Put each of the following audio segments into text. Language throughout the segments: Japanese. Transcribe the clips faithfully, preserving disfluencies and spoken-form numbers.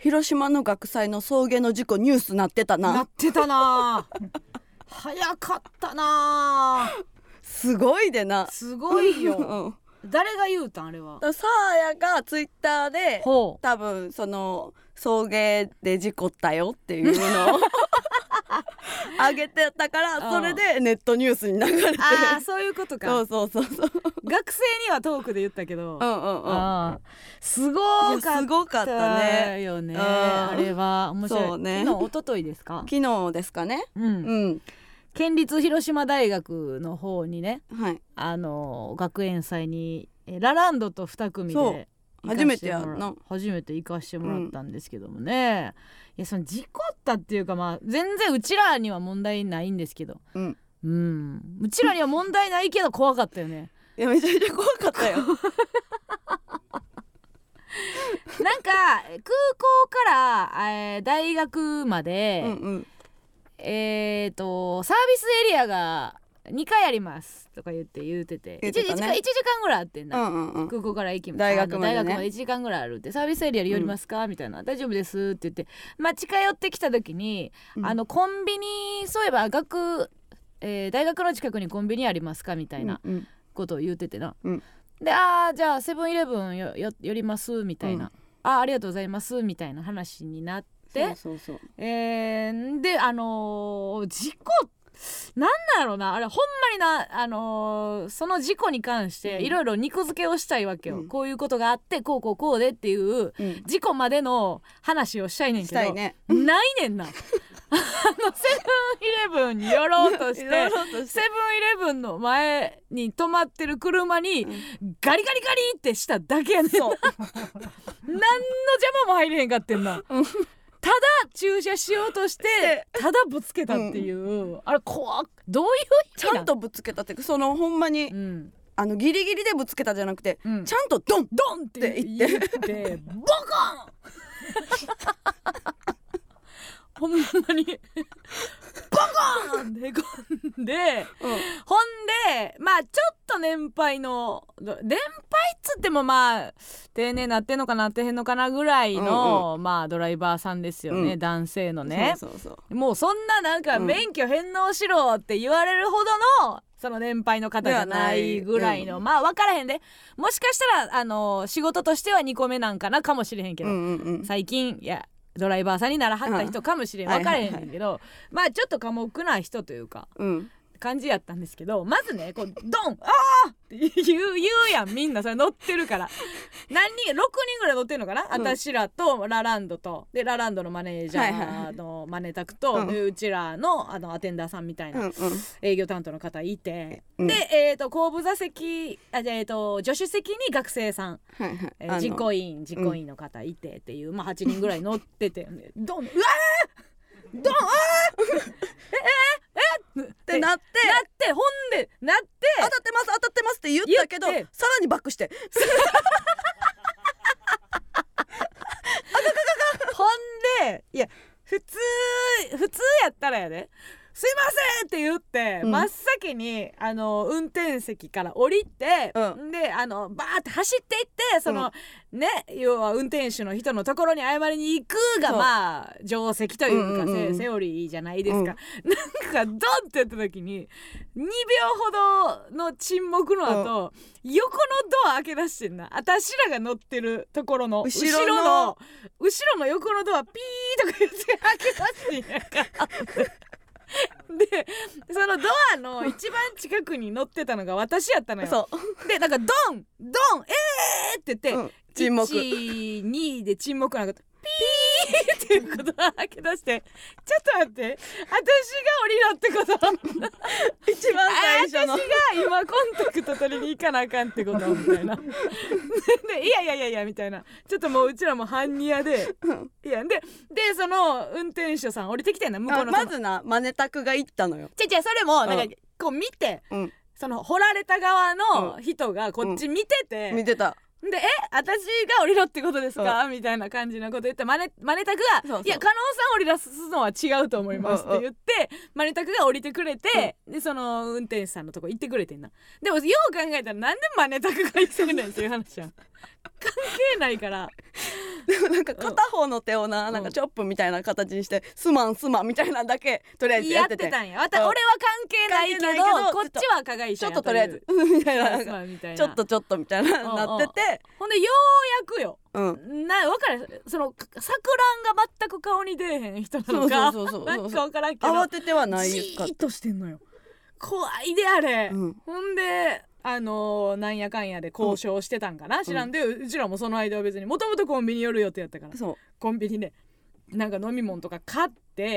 広島の学祭の送迎の事故ニュースなってたな。 なってたな早かったなすごいでな。 すごいよ、 うん、 誰が言うたんあれは。 サーヤがツイッターでほう多分その送迎で事故ったよっていうのを上げてたからそれでネットニュースに流れて、 ああそういうことか。 そうそうそうそう学生にはトークで言ったけど、 うんうんうん、 あすごかったすごかったねよね、 うん、 あれは面白い。 そうね、 昨日一昨日ですか。 昨日ですかね、 うん、 うん、 県立広島大学の方にね、 はい、 あの学園祭にラランドとに組で初めてやんな。 初めて行かしてもらったんですけどもね、うん、いやその事故ったっていうか、まあ全然うちらには問題ないんですけど、 うん、 うん、うちらには問題ないけど怖かったよね。 いやめちゃめちゃ怖かったよなんか空港から、えー、大学まで、 うんうん、 えーとサービスエリアがにかいありますとか言って言うてて、 言ってたね、 いちじかんぐらいあってんな、 うんうんうん、 空港から駅まで大学までね、 大学までいちじかんぐらいあるって。サービスエリアで寄りますか、うん、みたいな、大丈夫ですって言って、まあ、近寄ってきた時に、うん、あのコンビニ、そういえば学、えー、大学の近くにコンビニありますかみたいなことを言うててな、うん、であーじゃあセブンイレブンよよ寄りますみたいな、うん、あありがとうございますみたいな話になって、 そうそうそう、 えー、であのー、事故なんだろうなあれ、ほんまにな、あのー、その事故に関していろいろ肉付けをしたいわけよ、うん、こういうことがあってこうこうこうでっていう、うん、事故までの話をしたいねんけど、ね、ないねんなあのセブンイレブンに寄ろうとしてセブンイレブンの前に止まってる車にガリガリガリってしただけやねん。そう何の邪魔も入れへんかってんな、うん、ただ駐車しようとしてただぶつけたっていう、うん、あれ怖っ、どういう意味なちゃんとぶつけたっていうか、そのほんまに、うん、あのギリギリでぶつけたじゃなくて、うん、ちゃんとドンドンって言ってってボコンほんまにボコーンってへこんで、うん、ほんでまあちょっと年配の年配っつってもまあ定年なってんのかなってへんのかなぐらいの、うんうん、まあドライバーさんですよね、うん、男性のね。そうそうそう、もうそんななんか免許返納しろって言われるほどのその年配の方じゃないぐらいの、うん、まあ分からへんで、もしかしたらあの仕事としてはにこめなんかなかもしれへんけど、うんうんうん、最近いやドライバーさんにならはった人かもしれん、分からへんねんけど、はいはいはい、まあちょっと寡黙な人というか、うん、感じやったんですけど、まずねこうドンあーって言う、言うやんみんな、それ乗ってるから何人ろくにんぐらい乗ってるのかな、うん、私らとラランドとでラランドのマネージャーのマネタクと、はいはいはい、うちら の, あのアテンダーさんみたいな、うんうん、営業担当の方いて、うん、で、えー、と後部座席あじゃ、えー、と助手席に学生さん、はいはい、えー、実行委員実行委員の方いてっていう、うん、まあ、はちにんぐらい乗っててドンうわードンあーえええってなってなってほんでなって当たってます当たってますって言ったけどさらにバックしてほんでいや普通普通やったらやですいませんって言って、うん、真っ先にあの運転席から降りて、うん、であのバーって走っていってその、うん、ね要は運転手の人のところに謝りに行くがまあ定石というか、うんうんうん、セオリーじゃないですか、うん、なんかドンってやった時ににびょうほどの沈黙の後、うん、横のドア開け出してんな、私らが乗ってるところの後ろ の, 後ろ の, 後ろの横のドアピーとか言って開け出してんやからでそのドアの一番近くに乗ってたのが私やったのよ。そうでなんかドンドンえーって言って、うん、沈黙いちにで沈黙なんかピーっていうことを開け出してちょっと待って私が降りろってこと一番最初の私が今コンタクト取りに行かなあかんってことみたいなでいやいやいやいやみたいな、ちょっともううちらも半ニヤでいやででその運転手さん降りてきてんな向こうのまずなマネタクが行ったのよ。 ちゃちゃそれもなんかこう見て、うん、その掘られた側の人がこっち見てて、 うん、見てたでえ私が降りろってことですか、うん、みたいな感じのこと言ってマネマネタクがそうそういや加納さん降り出すのは違うと思いますって言って、うん、マネタクが降りてくれて、うん、でその運転手さんのとこ行ってくれてんな。でもよう考えたらなんでマネタクが行ってくれんっていう話やん関係ないからでもなんか片方の手をな、 うん、 なんかチョップみたいな形にしてすまんすまんみたいなだけとりあえずやっててやってたんや。俺は関係ないけど、 関係ないけどこっちは加害者やちょっととりあえずみたいな、 まあみたいなちょっとちょっとみたいななってて、 ほんでようやくよ、 うん、 な分からん、その錯乱が全く顔に出えへん人なのかそうそうそうそうなんか分からんけど慌ててはないかじーっとしてんのよ。怖いであれ、 うん、 ほんであのー、なんやかんやで交渉してたんかな、うん、知らんで、うちらもその間は別にもともとコンビニ寄る予定やったから、そうコンビニでなんか飲み物とか買って、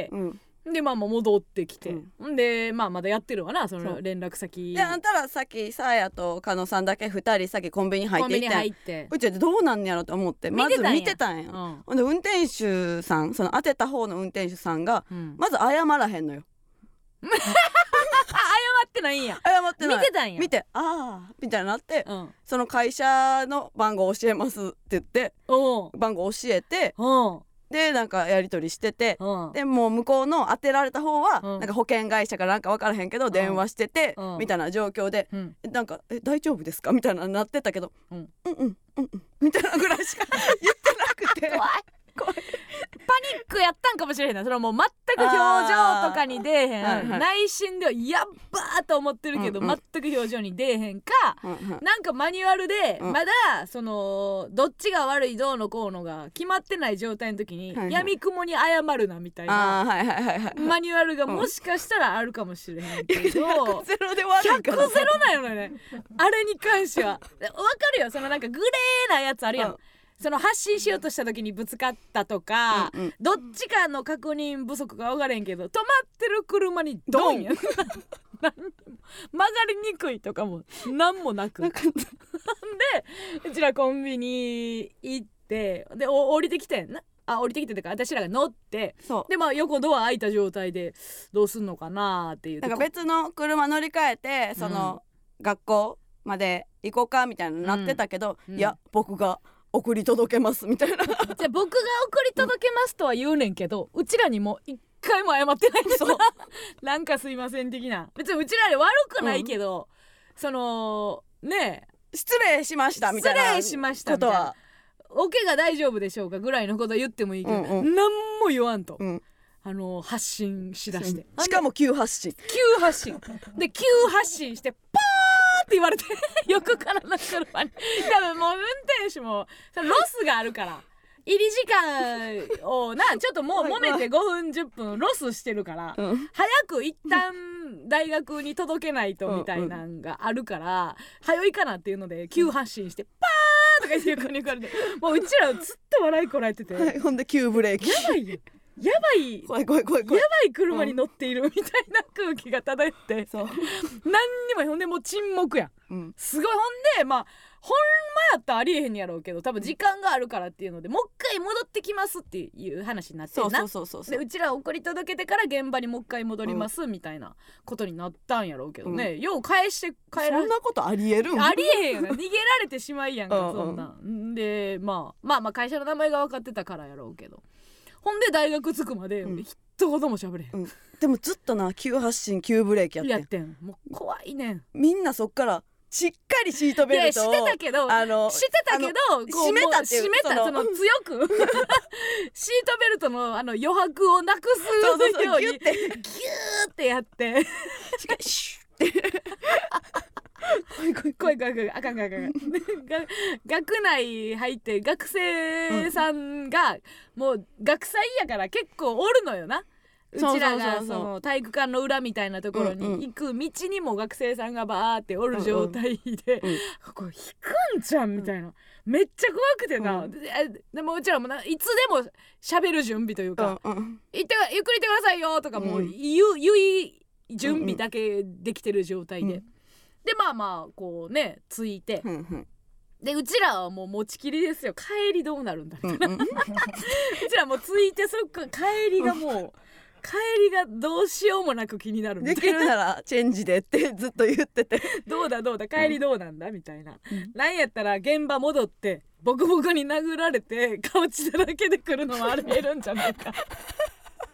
うん、でまあもう戻ってきて、うん、でまあまだやってるわな、その連絡先であんたらさっきさやと加納さんだけふたりさっきコンビニ入っていってコンビニ入ってうちはどうなんやろと思ってまず見てたんや、うん、で運転手さんその当てた方の運転手さんが、うん、まず謝らへんのよ謝ってないんや。 謝ってない。 見てたんや。 見てあーみたいになって、うん、その会社の番号教えますって言って番号教えてでなんかやり取りしててでもう向こうの当てられた方は、うん、なんか保険会社かなんか分からへんけど電話してて、うん、みたいな状況で、うん、なんかえ大丈夫ですかみたいななってたけど、うん、うんうんうんうんみたいなぐらいしか言ってなくて怖い怖いパニックやったんかもしれへんな。それはもう全く表情とかに出えへん、はいはい、内心ではやっばーと思ってるけど、うんうん、全く表情に出えへんか、うんうん、なんかマニュアルでまだそのどっちが悪いどうのこうのが決まってない状態の時に、はいはい、闇雲に謝るなみたいなマニュアルがもしかしたらあるかもしれへんけど、うん、ひゃくゼロで悪いからひゃくゼロなのねあれに関してはわかるよ、そのなんかグレーなやつあるやん、うん、その発信しようとした時にぶつかったとか、うんうん、どっちかの確認不足か分からへんけど止まってる車にドンや曲がりにくいとかもなんもなくでうちらコンビニ行ってで降りてきてんなあ降りてきててか私らが乗ってで、まあ、横ドア開いた状態でどうすんのかなっていうなんか別の車乗り換えてその、うん、学校まで行こうかみたいになってたけど、うん、いや僕が送り届けますみたいなじゃあ僕が送り届けますとは言うねんけど、うちらにも一回も謝ってないんですよなんかすいません的な、別にうちらで悪くないけど、うん、そのねえ失礼しましたみたいな失礼しましたみたいなお怪我大丈夫でしょうかぐらいのこと言ってもいいけど、うんうん、何も言わんと、うん、あの発信しだして、 うん、しかも急発信急発信で急発信してパーって言われて横からの車に多分もう運転手もロスがあるから入り時間をなちょっともう揉めてごふんじゅっぷんロスしてるから、うん、早く一旦大学に届けないとみたいなんがあるから、うんうん、早いかなっていうので急発進してパーとか横に行かれてもううちらずっと笑いこらえてて、 はい、ほんで急ブレーキやばいよやばい怖い怖い怖い怖いやばい車に乗っているみたいな空気が漂って、うん、そう何にもほんでもう沈黙や、うん、すごいほんでまあほんまやったらありえへんやろうけど多分時間があるからっていうのでもう一回戻ってきますっていう話になってんな。 そうそうそうそうでうちら送り届けてから現場にもう一回戻りますみたいなことになったんやろうけどね、うん、よう返して帰らそんなことありえるんありえへんよな逃げられてしまいやんかそんな、うん、で、まあ、まあまあ会社の名前が分かってたからやろうけどほんで大学着くまで、うん、一言も喋れへん、うん、 でもずっとな急発進急ブレーキやってんやってんもう怖いねんみんなそっからしっかりシートベルトをしてたけどあのしてたけど締めたっていう締めたその強くシートベルトのあの余白をなくすようにギューってやってしっかりシュッて怖い怖い怖い怖い怖いあかんあかんあかん学内入って学生さんがもう学祭やから結構おるのよなうちらがその体育館の裏みたいなところに行く道にも学生さんがバーっておる状態で、うんうん、ここ引くんじゃんみたいな、うん、めっちゃ怖くてな、うん、で, でもうちらもないつでも喋る準備というか、うんうん、行ってゆっくり行ってくださいよとかもう言う、言い準備だけできてる状態で、うんうん、でまあまあこうねついて、うんうん、でうちらはもう持ちきりですよ帰りどうなるんだみたいな、うんうん、うちらもうついてそっか帰りがもう帰りがどうしようもなく気になるみたいなできるならチェンジでってずっと言っててどうだどうだ帰りどうなんだみたいな、うん、なんやったら現場戻ってボコボコに殴られて顔血だらけで来るのもありえるんじゃないか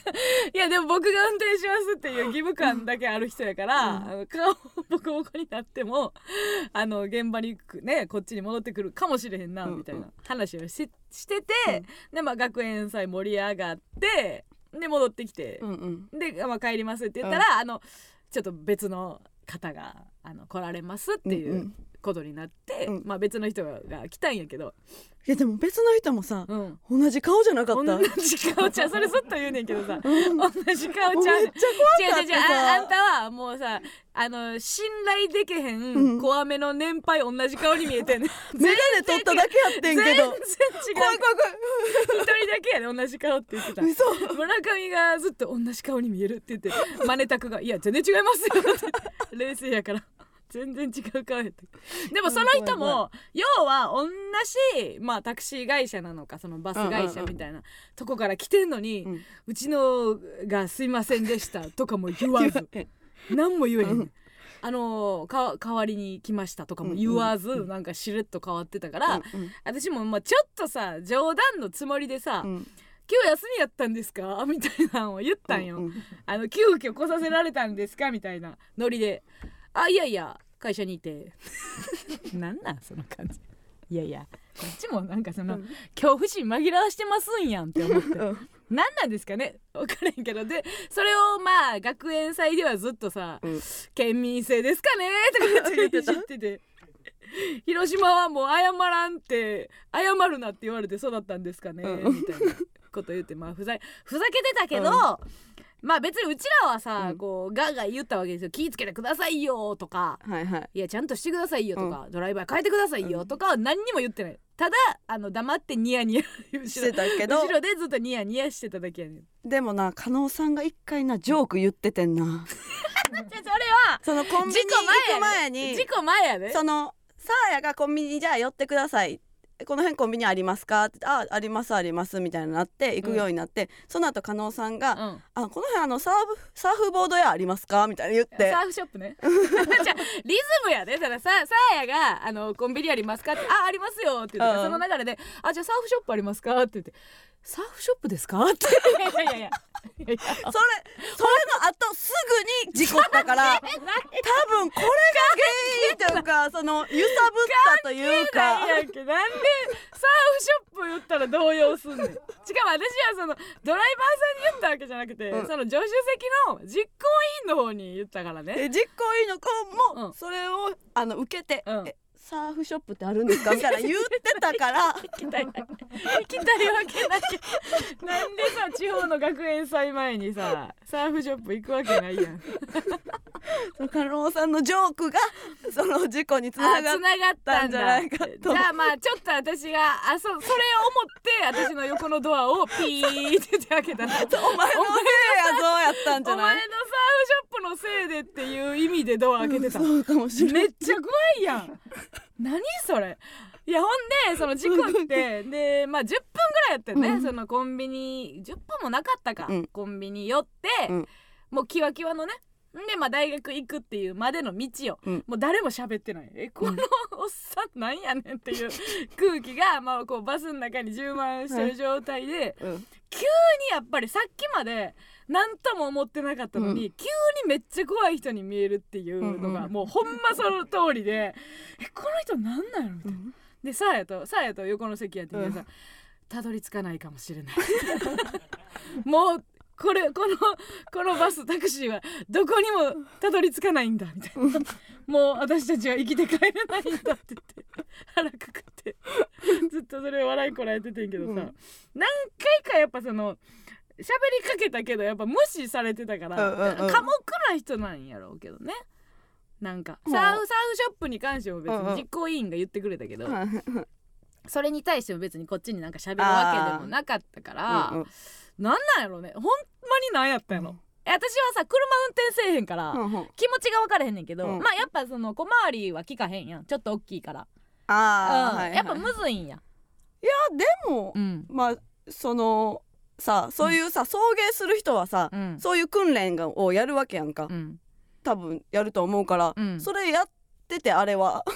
いやでも僕が運転しますっていう義務感だけある人やから、うん、あの顔ボコボコになってもあの現場にねこっちに戻ってくるかもしれへんな、うん、みたいな話を し, してて、うん、でまあ学園祭盛り上がってで戻ってきて、うんうん、で、まあ、帰りますって言ったら、うん、あのちょっと別の方があの来られますっていうことになって、うんうん、まあ別の人が来たんやけど、 いやでも別の人もさ、うん、同じ顔じゃなかった？ 同じ顔ちゃう、それずっと言うねんけどさ、うん、同じ顔ちゃう、 めっちゃ怖かったさ。違う違う違う、 あ, あんたはもうさあの信頼できへん怖めの年配同じ顔に見えてんねんメガネ取っただけやってんけど全然違う、怖い怖い怖い一人だけやで同じ顔って言ってた。村上がずっと同じ顔に見えるって言ってマネタクがいや全然違いますよって冷静やから全然違う顔やって。でもその人も要は同じ、まあ、タクシー会社なのかそのバス会社みたいなとこから来てんのに、うん、うちのがすいませんでしたとかも言わず何も言えへん、うん、あのか代わりに来ましたとかも言わず、うんうん、なんかしれっと変わってたから、うんうん、私もまあちょっとさ冗談のつもりでさ、うん、今日休みやったんですかみたいなのを言ったんよ、うんうん、あの急遽来させられたんですかみたいなノリで、あいやいや会社にいてなんなんその感じ、いやいやこっちもなんかその、うん、恐怖心紛らわしてますんやんって思って、うん、なんなんですかね分からへんけど、でそれをまあ学園祭ではずっとさ、うん、県民性ですかねとか言って知ってて広島はもう謝らんって謝るなって言われて育ったんですかね、うん、みたいなこと言って、まあふざふざけてたけど、うん、まあ別にうちらはさ、うん、こうガーガー言ったわけですよ。気ぃつけてくださいよとか、はいはい、いやちゃんとしてくださいよとか、うん、ドライバー変えてくださいよとかは何にも言ってない。ただあの黙ってニヤニヤしてたけど後ろでずっとニヤニヤしてただけやねん。 でもな加納さんが一回なジョーク言っててんなそれはそのコンビニ行く前に事故前やで、 そのサーヤがコンビニじゃあ寄ってください、この辺コンビニありますかって、あありますありますみたいになって行くようになって、うん、その後加納さんが、うん、あこの辺あのサーフサーフボード屋ありますかみたいな言って、 サーフショップねじゃリズムやで、だからさサーヤがあのコンビニありますかって、あありますよって言って、うん、その流れであじゃあサーフショップありますかって言って、サーフショップですかっていやいやいやそれそれの後すぐに事故ったから多分これが原因というかその揺さぶったというか、 関係ないやんけ、なんでサーフショップ言ったら動揺すんねん。しかも私はそのドライバーさんに言ったわけじゃなくて、うん、その助手席の実行委員の方に言ったからね。 実行委員の子もそれを、うん、あの受けて、うん、えサーフショップってあるんですかみたいな言ってたから行きたい行きたいわけないなんでさ地方の学園祭前にさサーフショップ行くわけないやん加納さんのジョークがその事故につながったんじゃないかと。 じゃあまあちょっと私があ そ, それを思って私の横のドアをピーって開けたらお前のせいやぞやったんじゃない、 お前のサーフショップのせいでっていう意味でドア開けてた、 うん、そうかもしれない。 めっちゃ怖いやん何それ。いやほんでその事故ってでまあじゅっぷんぐらいやったよね、うん、そのコンビニじゅっぷんもなかったか、うん、コンビニ寄って、うん、もうキワキワのねでまあ大学行くっていうまでの道よ、うん、もう誰も喋ってない、えこのおっさんなんやねんっていう空気がまあこうバスの中に充満してる状態で、うん、急にやっぱりさっきまで何とも思ってなかったのに、うん、急にめっちゃ怖い人に見えるっていうのが、うん、もうほんまその通りでえこの人なんなのみたいな、うん、でサーヤとサーヤと横の席やって皆さん、うん、たどり着かないかもしれないもうこれこのこのバスタクシーはどこにもたどり着かないんだみたいなもう私たちは生きて帰れないんだって言って腹くくってずっとそれを笑いこらえててんけどさ、うん、何回かやっぱその喋りかけたけどやっぱ無視されてたから、うんうんうん、寡黙な人なんやろうけどね。なんかサーフサーフショップに関しても別に実行委員が言ってくれたけど、うんうん、それに対しても別にこっちになんか喋るわけでもなかったから、うんうん、なんなんやろねほんまになんやったんやろ、うん、私はさ車運転せえへんから、うんうん、気持ちが分からへんねんけど、うん、まあやっぱその小回りは効かへんやんちょっと大きいからあ、うんはいはい、やっぱむずいんや。 いやでも、うん、まあそのさそういうさ、うん、送迎する人はさ、うん、そういう訓練をやるわけやんか、うん、多分やると思うから、うん、それやっててあれは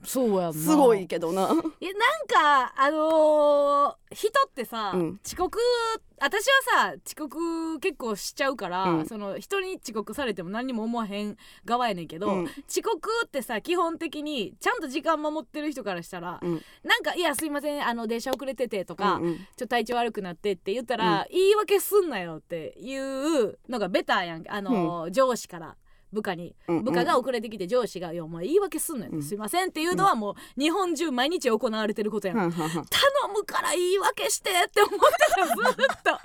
そうやんな。 すごいけどな。 いやなんかあのー、人ってさ、うん、遅刻私はさ遅刻結構しちゃうから、うん、その人に遅刻されても何にも思わへん側やねんけど、うん、遅刻ってさ基本的にちゃんと時間守ってる人からしたら、うん、なんかいやすいませんあの電車遅れててとか、うんうん、ちょっと体調悪くなってって言ったら、うん、言い訳すんなよっていうのがベターやんあのーうん、上司から部下に、うんうん、部下が遅れてきて上司が「いやお前言い訳すんのよ、うん、すいません」っていうのはもう日本中毎日行われてることやん、うん、頼むから言い訳してって思ってたずっとなんでじゅっぷんも黙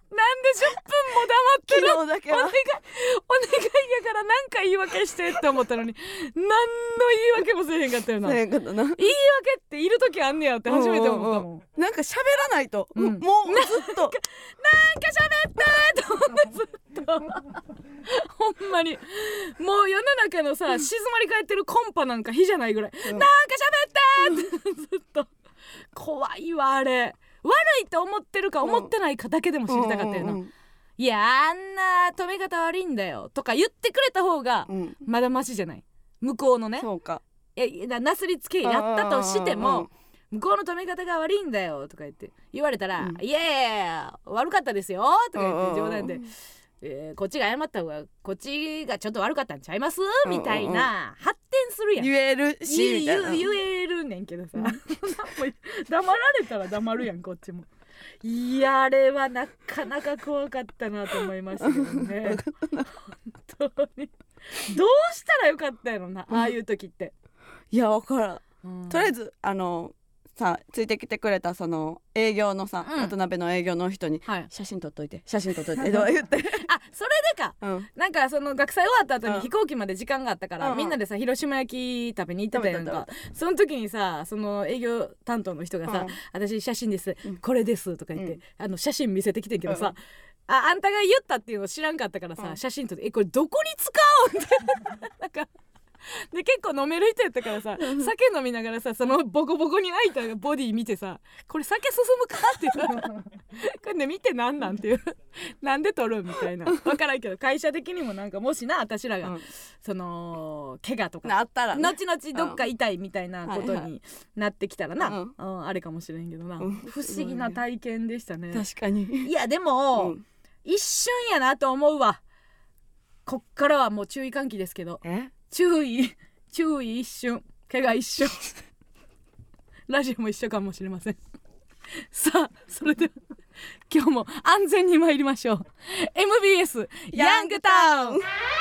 ってるお願いお願いやから何か言い訳してって思ったのに何の言い訳もせえへんかったよな。せえへんかったな。言い訳っている時あんねやって初めて思ったもん。 おうおうなんか喋らないと、うん、もうずっとなんか喋ってと思ってずっとほんまにもう世の中のさ静まり返ってるコンパなんか火じゃないぐらい、うん、なんか喋ってってずっと怖いわあれ。悪いと思ってるか思ってないかだけでも知りたかったよな、うんうんうん、いやあんな止め方悪いんだよとか言ってくれた方がまだマシじゃない、向こうのね。 そうかいやなすりつけやったとしても向こうの止め方が悪いんだよとか言って言われたら、うん、いやいやいや悪かったですよとか言って冗談で、えー、こっちが謝った方がこっちがちょっと悪かったんちゃいますみたいな発展するやん。 言えるしみたいな言えるねんけどさ黙られたら黙るやんこっちも。いやあれはなかなか怖かったなと思いましたけどね本当にどうしたらよかったやろな、ああいう時って。 いや分からん、うん、とりあえずあのさついてきてくれたその営業のさ、うん、渡辺の営業の人に、はい、写真撮っといて写真撮っといてと言ってあそれでか、うん、なんかその学祭終わった後に飛行機まで時間があったから、うん、みんなでさ広島焼き食べに行ってたやんか。その時にさその営業担当の人がさ、うん、私写真です、うん、これですとか言って、うん、あの写真見せてきてんけどさ、うん、あ, あんたが言ったっていうの知らんかったからさ、うん、写真撮ってえこれどこに使うんってなんかで結構飲める人やったからさ酒飲みながらさそのボコボコに開いたボディ見てさこれ酒進むかってさこれね見てなんなんていうなんで撮るみたいな分からんけど会社的にもなんかもしな私らが、うん、その怪我とかあったら、ね、 後々どっか痛いみたいなことになってきたらな、うんうん、あれかもしれんけどな、うん、不思議な体験でしたね。 確かに。 いやでも、うん、一瞬やなと思うわ。こっからはもう注意喚起ですけどえ注意注意一瞬怪我一瞬ラジオも一緒かもしれませんさあそれでは今日も安全に参りましょう。 エムビーエス ヤングタウン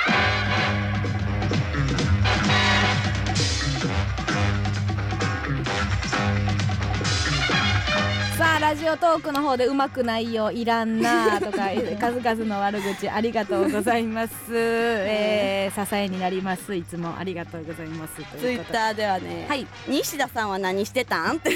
さあラジオトークの方でうまくないよいらんなとか数々の悪口ありがとうございます、えー、支えになります。いつもありがとうございます。 ツイッターではね、はい、西田さんは何してたんって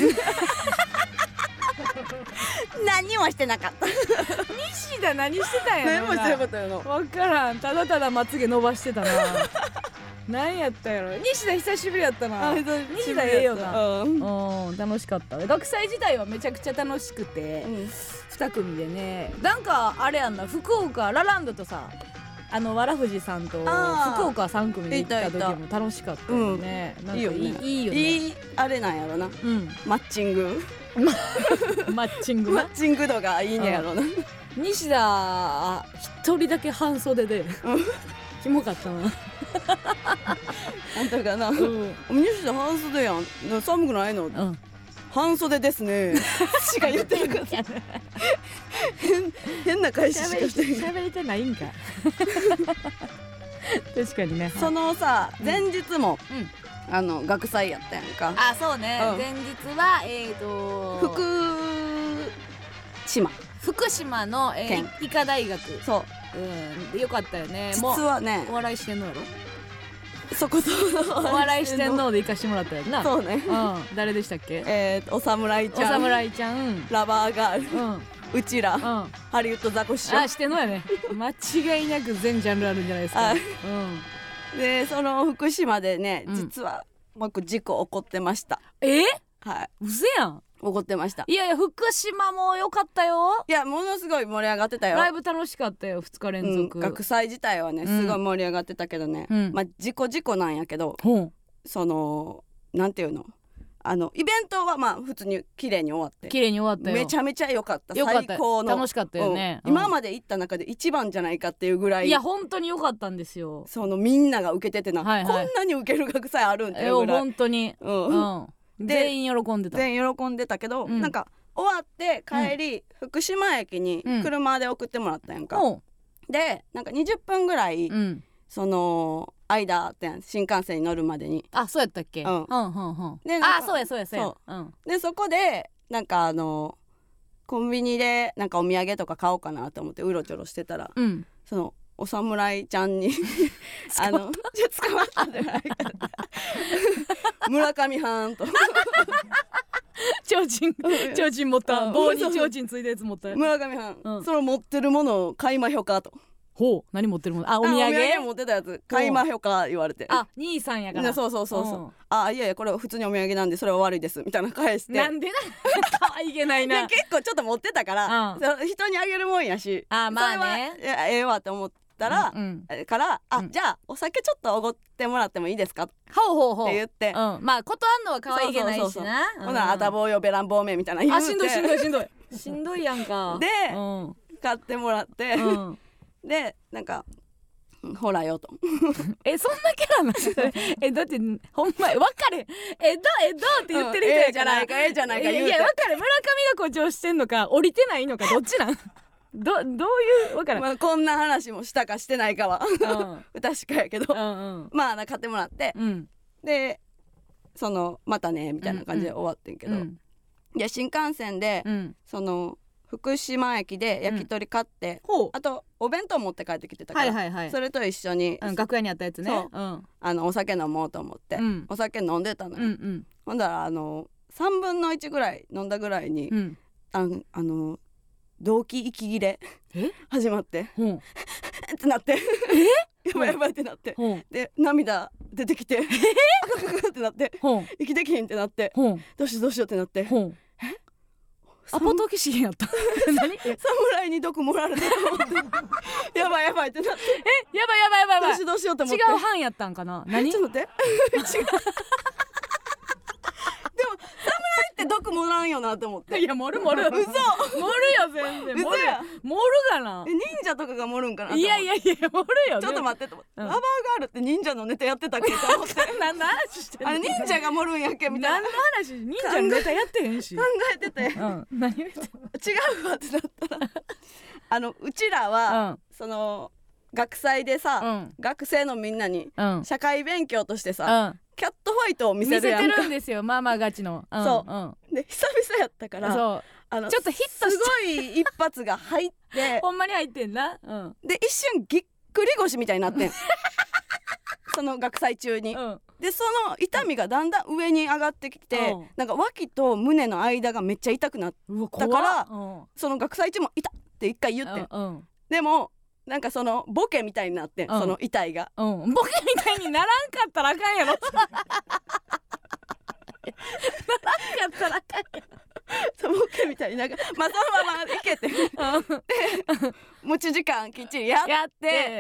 何もしてなかった西田何してたんやろな。 何もしてなかったやろ分からん。ただただまつげ伸ばしてたな何やったやろ。西田久しぶりやったな。西田ええよな、うん、うん楽しかった。学祭自体はめちゃくちゃ楽しくて、うん、に組でねなんかあれやんな福岡ラランドとさあのわらふじさんと福岡さん組で行った時も楽しかったよね、うん、なんかいいよね。いいよね。いいあれなんやろな、うん、マッチングマッチングマッチング度がいいねやろな。 西田一人だけ半袖でキモかったなあんたがな、うん、西田半袖やん寒くないの、うん、半袖ですねしか言ってなかった変, 変な返ししかしてない。 喋れてないんか確かにね。 そのさ前日も、うんうんあの学祭やったやんか。 あそうね、うん、前日はえーと福島福島の、えー、医科大学。 そう、 うん、よかったよね。 実はねもうお笑いしてんのやろそことお笑いしてんので行かしてもらったやんな。 そうね、 うん、誰でしたっけ。 えー、お侍ちゃんお侍ちゃんラバーガール、うんうちら、うん、ハリウッドザコシショウ。 あしてんのやね間違いなく全ジャンルあるんじゃないですか、 うん、でその福島でね、うん、実はもう一個事故起こってました。 えはい。 うせやん。 起こってました。 いやいや福島も良かったよ。 いやものすごい盛り上がってたよ。 ライブ楽しかったよふつか連続、 うん、学祭自体はねすごい盛り上がってたけどね、うん、まあ事故事故なんやけど、うん、そのなんていうのあのイベントはまあ普通に綺麗に終わって綺麗に終わったよ。 めちゃめちゃ良かった。 よかった最高の楽しかったよね、 うん、今まで行った中で一番じゃないかっていうぐらいいや本当に良かったんですよ。 そのみんなが受けててな、はいはい、こんなに受ける学祭あるんっていうぐらい本当に、うんうん、全員喜んでた全員喜んでたけど、うん、なんか終わって帰り、うん、福島駅に車で送ってもらったやんか、うん、でなんかにじゅっぷんぐらい、うん、その間あったやん新幹線に乗るまでに。 あそうやったっけ、うんうんうんうん、であそうやそうやそうやそう、うん、 でそこでなんかあのコンビニでなんかお土産とか買おうかなと思ってうろちょろしてたら、うん、そのお侍ちゃんにあの捕まったんじゃないか村上はんとちょうちんちょうちん持った棒にちょうちんついたやつ持った村上はん、うん、その持ってるものを買いまひょかと。 ほう何持ってるものあお土産あお土産持ってたやつ買いまひょか言われてあ兄さんやからそうそうそうそうあいやいやこれは普通にお土産なんでそれは悪いですみたいな返してなんでな可愛げないな結構ちょっと持ってたから、うん、人にあげるもんやしあまあねそれはええわって思ったら、うんうん、からあ、うん、じゃあお酒ちょっとおごってもらってもいいですかほうほうほうって言って、 うん、まあ断んのは可愛げないしなほなあたぼうよべらんぼうめみたいな言うてあしんどいしんどいしんどいしんどいやんかで、うん、買ってもらって、うん、でなんかほらよとえそんなキャラなんですえだってほんま分かれえどえどって言ってる人やから、うん、ええじゃないかええじゃないか言うていや分かれ村上が誇張してんのか降りてないのかどっちなんど, どういう分からん、 まあ、こんな話もしたかしてないかは、うん、確かやけど、うんうん、まあ買ってもらって、うん、でそのまたねみたいな感じで終わってんけど、うんうん、いや新幹線で、うん、その福島駅で焼き鳥買って、うん、あとお弁当持って帰ってきてたから、はいはいはい、それと一緒に、 うん、楽屋にあったやつねそう、うん、あのお酒飲もうと思って、うん、お酒飲んでたのよ、うんうん、ほんだらあのさんぶんのいちぐらい飲んだぐらいに、うん、あ, あの動機息切れ始まって、うん、ってなってえやばいやばいってなって、うん、で涙出てきてカカカカってなって、うん、息できひんってなって、うん、どうしようどうしようってなって、うん、えアポトキシゲンやった何侍に毒盛られたと思ってやばいやばいってなってえやばいやばいやばいやばいどうしようどうしようって思って違う班やったんかな何ちょっと待って違う毒盛らんよなと思っていや盛る盛る嘘盛るよ全然盛るや盛るがな忍者とかが盛るんかな。 いやいやいや盛るよちょっと待ってと思って、うん、ラバーガールって忍者のネタやってたっけと思って何の話してんのあれ忍者が盛るんやっけみたいな何の話忍者のネタやってへんし考えてて、うん、何言ってんの違うわってなったらあのうちらは、うん、その学祭でさ、うん、学生のみんなに、うん、社会勉強としてさ、うん、キャットファイトを見せるやんか見せてるんですよまあまあガチの、うん、 そう、うん、で久々やったからそうあのちょっとヒットすごい一発が入ってほんまに入ってんな、うん、 で一瞬ぎっくり腰みたいになってんその学祭中に、うん、でその痛みがだんだん上に上がってきて、うん、なんか脇と胸の間がめっちゃ痛くなったから、うん、その学祭中も痛って一回言ってん、うんうん、でもなんかそのボケみたいになってん、うん、その痛いが、 うん、ボケみたいにならんかったらあかんやろならんかったらあかんやろそうボケみたいになんかまあそのままいけて、うん、持ち時間きっちりやってやって、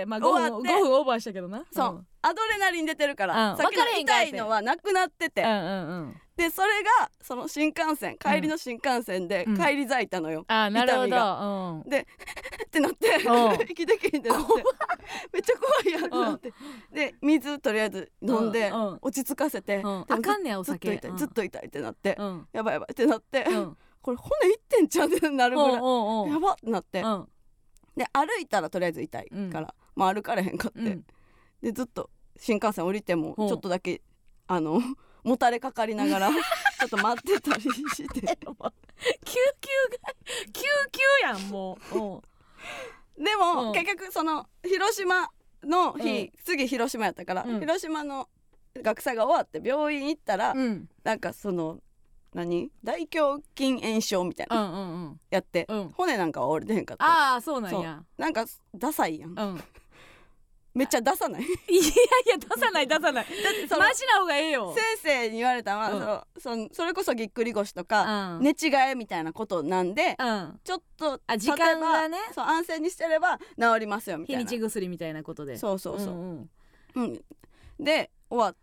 まあ、ごふん、ごふんオーバーしたけどなそう、うん、アドレナリン出てるから、うん、さっきの痛いのはなくなってて、うんうんうん、でそれがその新幹線帰りの新幹線で帰り咲いたのよ、うん、 あなるほど、うん、 でってなって息できんってなってめっちゃ怖いやんってなって、うん、で水とりあえず飲んで、うんうん、落ち着かせて、うん、 あかんねんお酒ずっと痛い、うん、ずっと痛いってなって、うん、やばいやばいってなって、うん、これ骨いってんちゃうってなるぐらい、うんうんうん、やばってなって、うん、で歩いたらとりあえず痛いから、うん、まあ歩かれへんかって、うん、でずっと新幹線降りてもちょっとだけ、うん、あのもたれかかりながらちょっと待ってたりして救急が救急やんもうでも、うん、結局その広島の日、うん、次広島やったから、うん、広島の学祭が終わって病院行ったら、うん、なんかその何大胸筋炎症みたいな、うんうんうん、やって、うん、骨なんかは折れてへんかった。 ああそうなんや。 なんかダサいやん、うん、めっちゃ出さないいやいや出さない出さないマジな方がええよ。 先生に言われたのは、うん、そのそのそれこそぎっくり腰とか、うん、寝違えみたいなことなんで、うん、ちょっとあ時間がねそう安静にしてれば治りますよみたいな日にち薬みたいなことでそうそうそう、うんうん、で終わった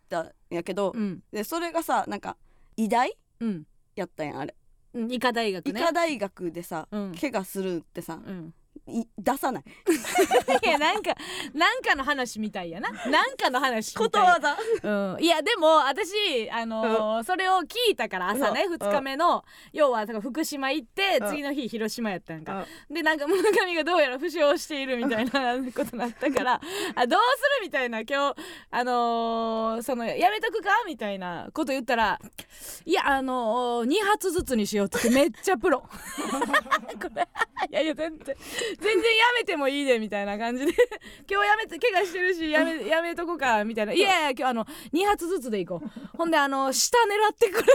やけど、 うん、 でそれがさなんか医大、 うん、 やったやんあれ、 うん、医科大学ね。 医科大学でさ、うん、怪我するってさ、うん、出さないいやなんかなんかの話みたいやななんかの話みたいことわざ、 うん、いやでも私あのーうん、それを聞いたから朝ね、うん、ふつかめの、うん、要は福島行って、うん、次の日広島やったんか、うん、でなんか村上がどうやら負傷しているみたいなことになったからあどうするみたいな今日あのー、そのやめとくかみたいなこと言ったらいやあのー、に発ずつにしようってめっちゃプロこれいやいや全然全然やめてもいいでみたいな感じで今日やめて怪我してるしやめやめとこかみたいないやいや今日あのに発ずつでいこうほんであの下狙ってくれて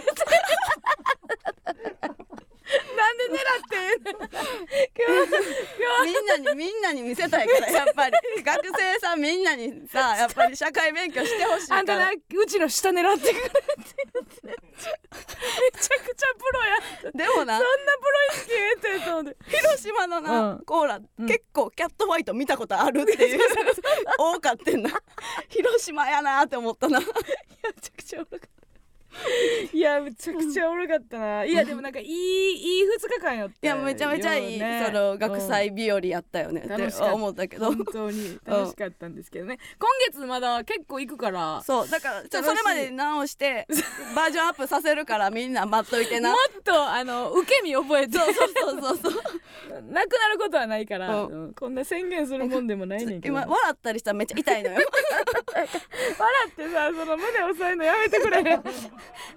なんで狙ってん今日みんなにみんなに見せたいからやっぱり学生さんみんなにさやっぱり社会勉強してほしいからあんたなうちの下狙ってくれてめちゃくちゃプロやでもなそんなプロ意識得てと思って広島のな、うん、コーラ、うん、結構キャットファイト見たことあるっていう多かってんな広島やなって思ったなめちゃくちゃ多かったいやめちゃくちゃおもろかったないやでもなんかいいいいふつかかんよっていやめちゃめちゃいい、ね、その学祭日和やったよね、うん、って思ったけど本当に楽しかったんですけどね今月まだ結構行くからそうだからそれまで直してバージョンアップさせるからみんな待っといてなもっとあの受け身覚えてそうそうそうそうなくなることはないから、うん、こんな宣言するもんでもないねんけど今笑ったりしたらめっちゃ痛いのよ笑ってさその胸押さえるのやめてくれちょっと待って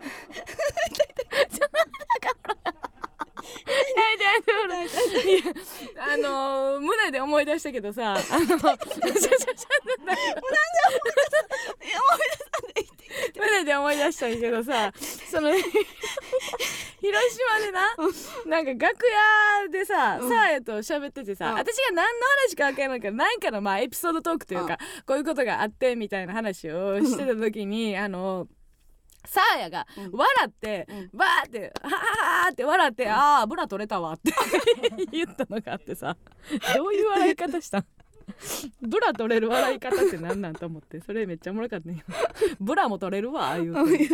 あのー、胸で思い出したけどさあの胸で思い出さ胸で思い出したんやけどさその広島でななんか楽屋でさ、うん、サーヤと喋っててさ、うん、私が何の話か分からないから何かのまあエピソードトークというか、うん、こういうことがあってみたいな話をしてた時にあのサーヤが笑って、うん、バーってはははって笑って、うん、ああブラ取れたわって言ったのがあってさどういう笑い方したんブラ取れる笑い方って何なんと思ってそれめっちゃおもろかったねブラも取れるわ言うて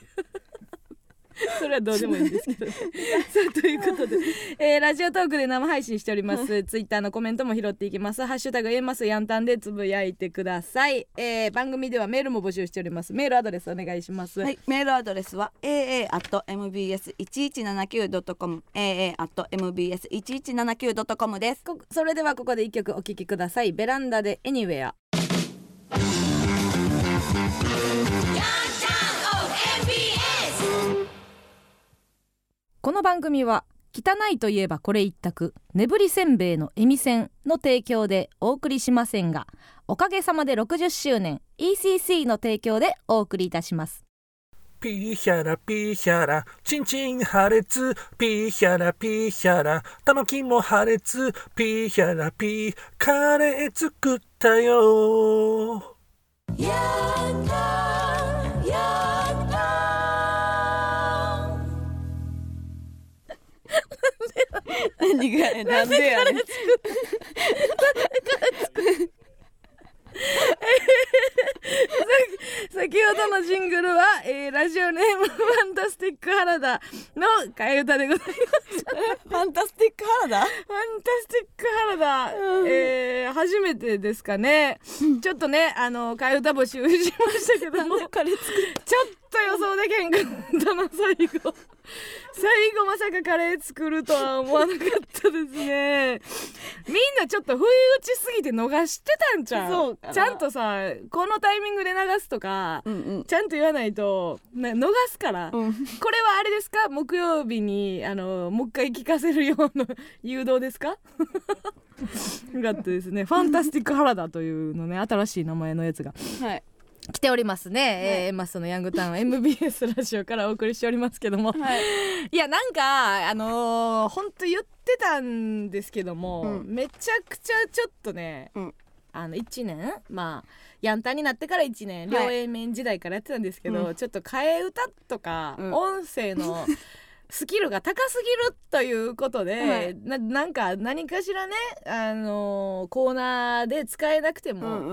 それはどうでもいいんですけどさあということで、えー、ラジオトークで生配信しておりますツイッターのコメントも拾っていきますハッシュタグ言えますやんたんでつぶやいてください、えー、番組ではメールも募集しておりますメールアドレスお願いします。 はいメールアドレスは エーエー アット エムビーエス いちいちななきゅう ドットコム エーエー アット エムビーエス いちいちななきゅう ドットコム です。 それではここでいっきょくお聴きください。ベランダで Anywhere。この番組は汚いといえばこれ一択ねぶりせんべいのえみせんの提供でお送りしませんがおかげさまでろくじゅっしゅうねん イーシーシー の提供でお送りいたします。 ピーヒャラピーヒャラチンチン破裂ピーヒャラピーヒャラ玉金も破裂ピーヒャラピーカレー作ったよやったやった何がやなんでやねん先ほどのジングルは、えー、ラジオネームファンタスティック原田の替え歌でございますファンタスティック原田ファンタスティック原田、うんえー、初めてですかね、うん、ちょっとねあの替え歌募集しましたけどもちょっと予想でけんかったな最後最後まさかカレー作るとは思わなかったですねみんなちょっと不意打ちすぎて逃してたんちゃうそうかなちゃんとさこのタイミングで流すとか、うんうん、ちゃんと言わないと逃すから、うん、これはあれですか木曜日にあのもう一回聞かせるような誘導ですかよかったですねファンタスティック原田というのね新しい名前のやつがはい来ておりますね、はいえー、マストのヤングタウン エムビーエス ラジオからお送りしておりますけども、はい、いやなんかあのー、ほんと言ってたんですけども、うん、めちゃくちゃちょっとね、うん、あのいちねんまあヤンタンになってからいちねん、はい、両 A 面時代からやってたんですけど、うん、ちょっと替え歌とか、うん、音声のスキルが高すぎるということで、はい、な, なんか何かしらね、あのー、コーナーで使えなくても、うんうん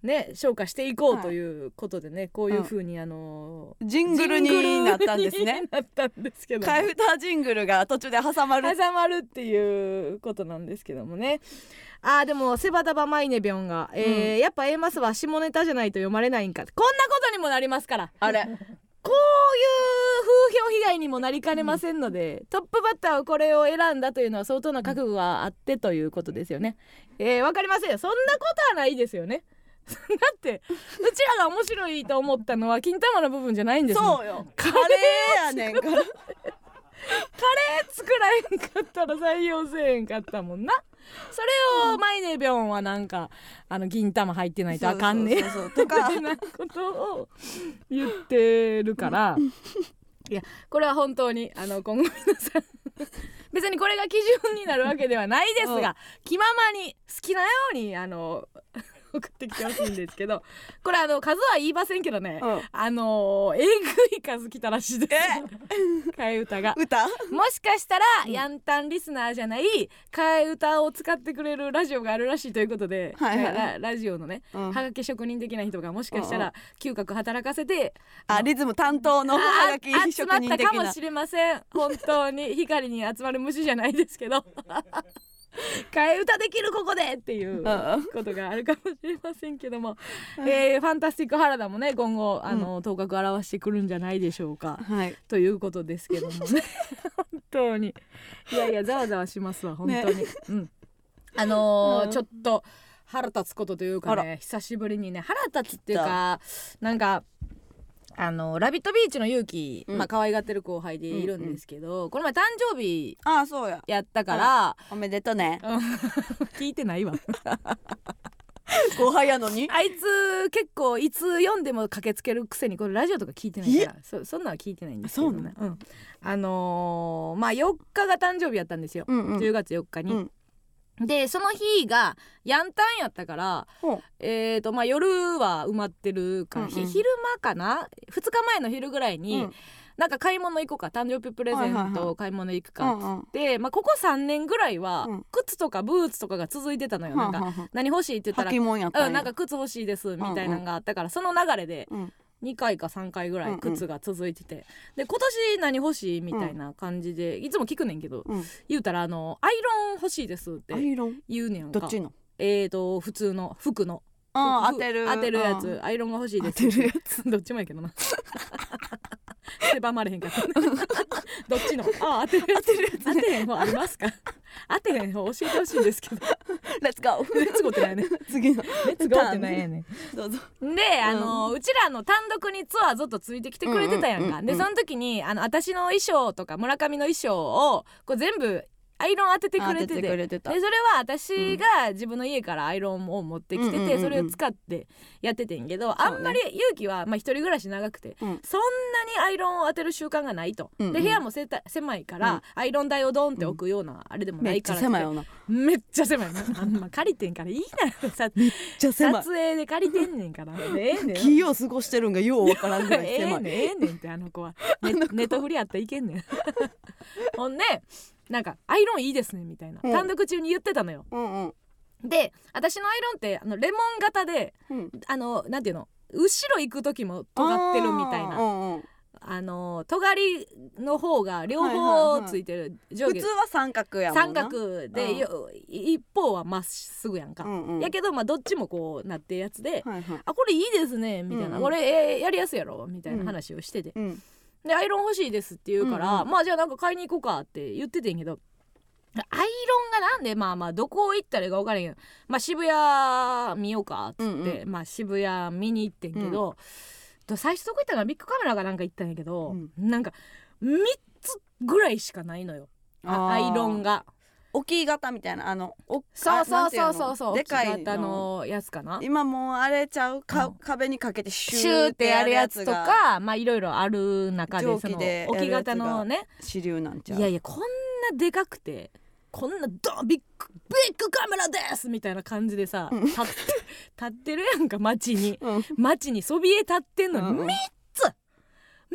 ね消化していこうということでね、はい、こういう風にあのー、ジングルになったんですね。 なったんですけど、 替え歌ジングルが途中で挟まる挟まるっていうことなんですけどもね。あーでもセバダバマイネビョンが、えーうん、やっぱ A マスは下ネタじゃないと読まれないんか、こんなことにもなりますから、 あれこういう風評被害にもなりかねませんので、うん、トップバッターをこれを選んだというのは相当な覚悟があってということですよね。えー、わかりませんよ、そんなことはないですよね。だってうちらが面白いと思ったのは金玉の部分じゃないんですもん。 そうよ、カレーやねんからカレー作らへんかったら採用せえへんかったもんな。それをマイネビョンはなんかあの銀玉入ってないとあかんねえとかなことを言ってるからいやこれは本当にあの今後皆さん別にこれが基準になるわけではないですが、気ままに好きなようにあの送ってきてほしいんですけど、これあの数は言いませんけどね、うん、あのえぐい数来たらしいです替え歌が歌もしかしたら、うん、ヤンタンリスナーじゃない替え歌を使ってくれるラジオがあるらしいということで、はいはい、ラ, ラジオのね、うん、はがき職人的な人がもしかしたら嗅覚働かせて、 あリズム担当のはがき職人的な集まったかもしれません。本当に光に集まる虫じゃないですけど替え歌できるここでっていうことがあるかもしれませんけども、えー、ファンタスティック原田もね今後あの、うん、頭角現してくるんじゃないでしょうか、はい、ということですけどもね本当にいやいやざわざわしますわ本当に、ねうん、あのーうん、ちょっと腹立つことというかね久しぶりにね腹立つっていうかなんかあのラビットビーチの勇気、うん、まあ可愛がってる後輩でいるんですけど、うんうん、この前誕生日あそうややったからおめでとね聞いてないわ後輩やのにあいつ結構いつ読んでも駆けつけるくせにこれラジオとか聞いてないから そ, そんなの聞いてないんですけどね、うん、あのー、まあよっかが誕生日やったんですよ、うんうん、じゅうがつよっかに、うんでその日がヤンタンやったから、えーとまあ、夜は埋まってるから、うんうん、昼間かなふつかまえの昼ぐらいに、うん、なんか買い物行こうか誕生日プレゼント買い物行くかっつって、はいはいはいまあ、ここさんねんぐらいは、うん、靴とかブーツとかが続いてたのよ、うん、なんか何欲しいって言ったら履物やったんや、 うん、なんか靴欲しいですみたいなのがあったから、うんうん、その流れで、うんにかいかさんかいぐらい靴が続いてて、うんうん、で今年何欲しいみたいな感じで、うん、いつも聞くねんけど、うん、言うたらあのアイロン欲しいですって言うねんか。 どっちのえーと普通の服のあ当てる当てるやつアイロンが欲しいです当てるやつどっちもやけどな狭まれへんかったどっちのあ当てるやつ当てるやつ、ね、当てへん方ありますか当てへん方教えてほしいんですけどレッツゴーレッツゴーってないね次のレッツゴーってないやねどうぞで、うん、あのうちらの単独にツアーずっとついてきてくれてたやんか、うんうんうんうん、でその時にあの私の衣装とか村上の衣装をこう全部アイロン当ててくれて て, て, てでそれは私が自分の家からアイロンを持ってきてて、うんうんうんうん、それを使ってやっててんけど、あんまり勇気は、まあ、一人暮らし長くて、うん、そんなにアイロンを当てる習慣がないと、うんうん、で部屋もせた狭いから、うん、アイロン台をドンって置くようなあれでもないから、 めっちゃ狭いよなめっちゃ狭いなあんま借りてんからいいなさめっちゃ狭い撮影で借りてんねんからええねん気を過ごしてるんがようわからんぐらい狭いええねんええねんってあの子はネ, ネトフリあったらいけんねんほんでなんかアイロンいいですねみたいな、うん、単独中に言ってたのよ、うんうん、で私のアイロンってあのレモン型で、うん、あのなんていうの後ろ行く時も尖ってるみたいな あ,、うんうん、あの尖りの方が両方ついてる、はいはいはい、上下普通は三角やもんな三角で、うん、一方はまっすぐやんか、うんうん、やけどまあどっちもこうなってるやつで、はいはい、あこれいいですねみたいな、うんうん、これ、えー、やりやすいやろみたいな話をしてて、うんうんでアイロン欲しいですって言うから、うんうん、まあじゃあなんか買いに行こうかって言っててんけどアイロンがなんでまあまあどこ行ったらいいか分からんけどまあ渋谷見ようかっつって、うんうん、まあ渋谷見に行ってんけど、うん、最初どこ行ったかビッグカメラかなんか行ったんやけど、うん、なんかみっつぐらいしかないのよアイロンが置き型みたいなあのおそうそうそうそうそうでかい型のやつかな今もうあれちゃうか、うん、壁にかけてシューってやるやつとかまあいろいろある中でその置き型のね主流なんちゃう。 いやいやこんなでかくてこんなドビッグビッグカメラですみたいな感じでさ、うん、立って立ってるやんか街に、うん、街にそびえ立ってんのに、うん、みっつみっ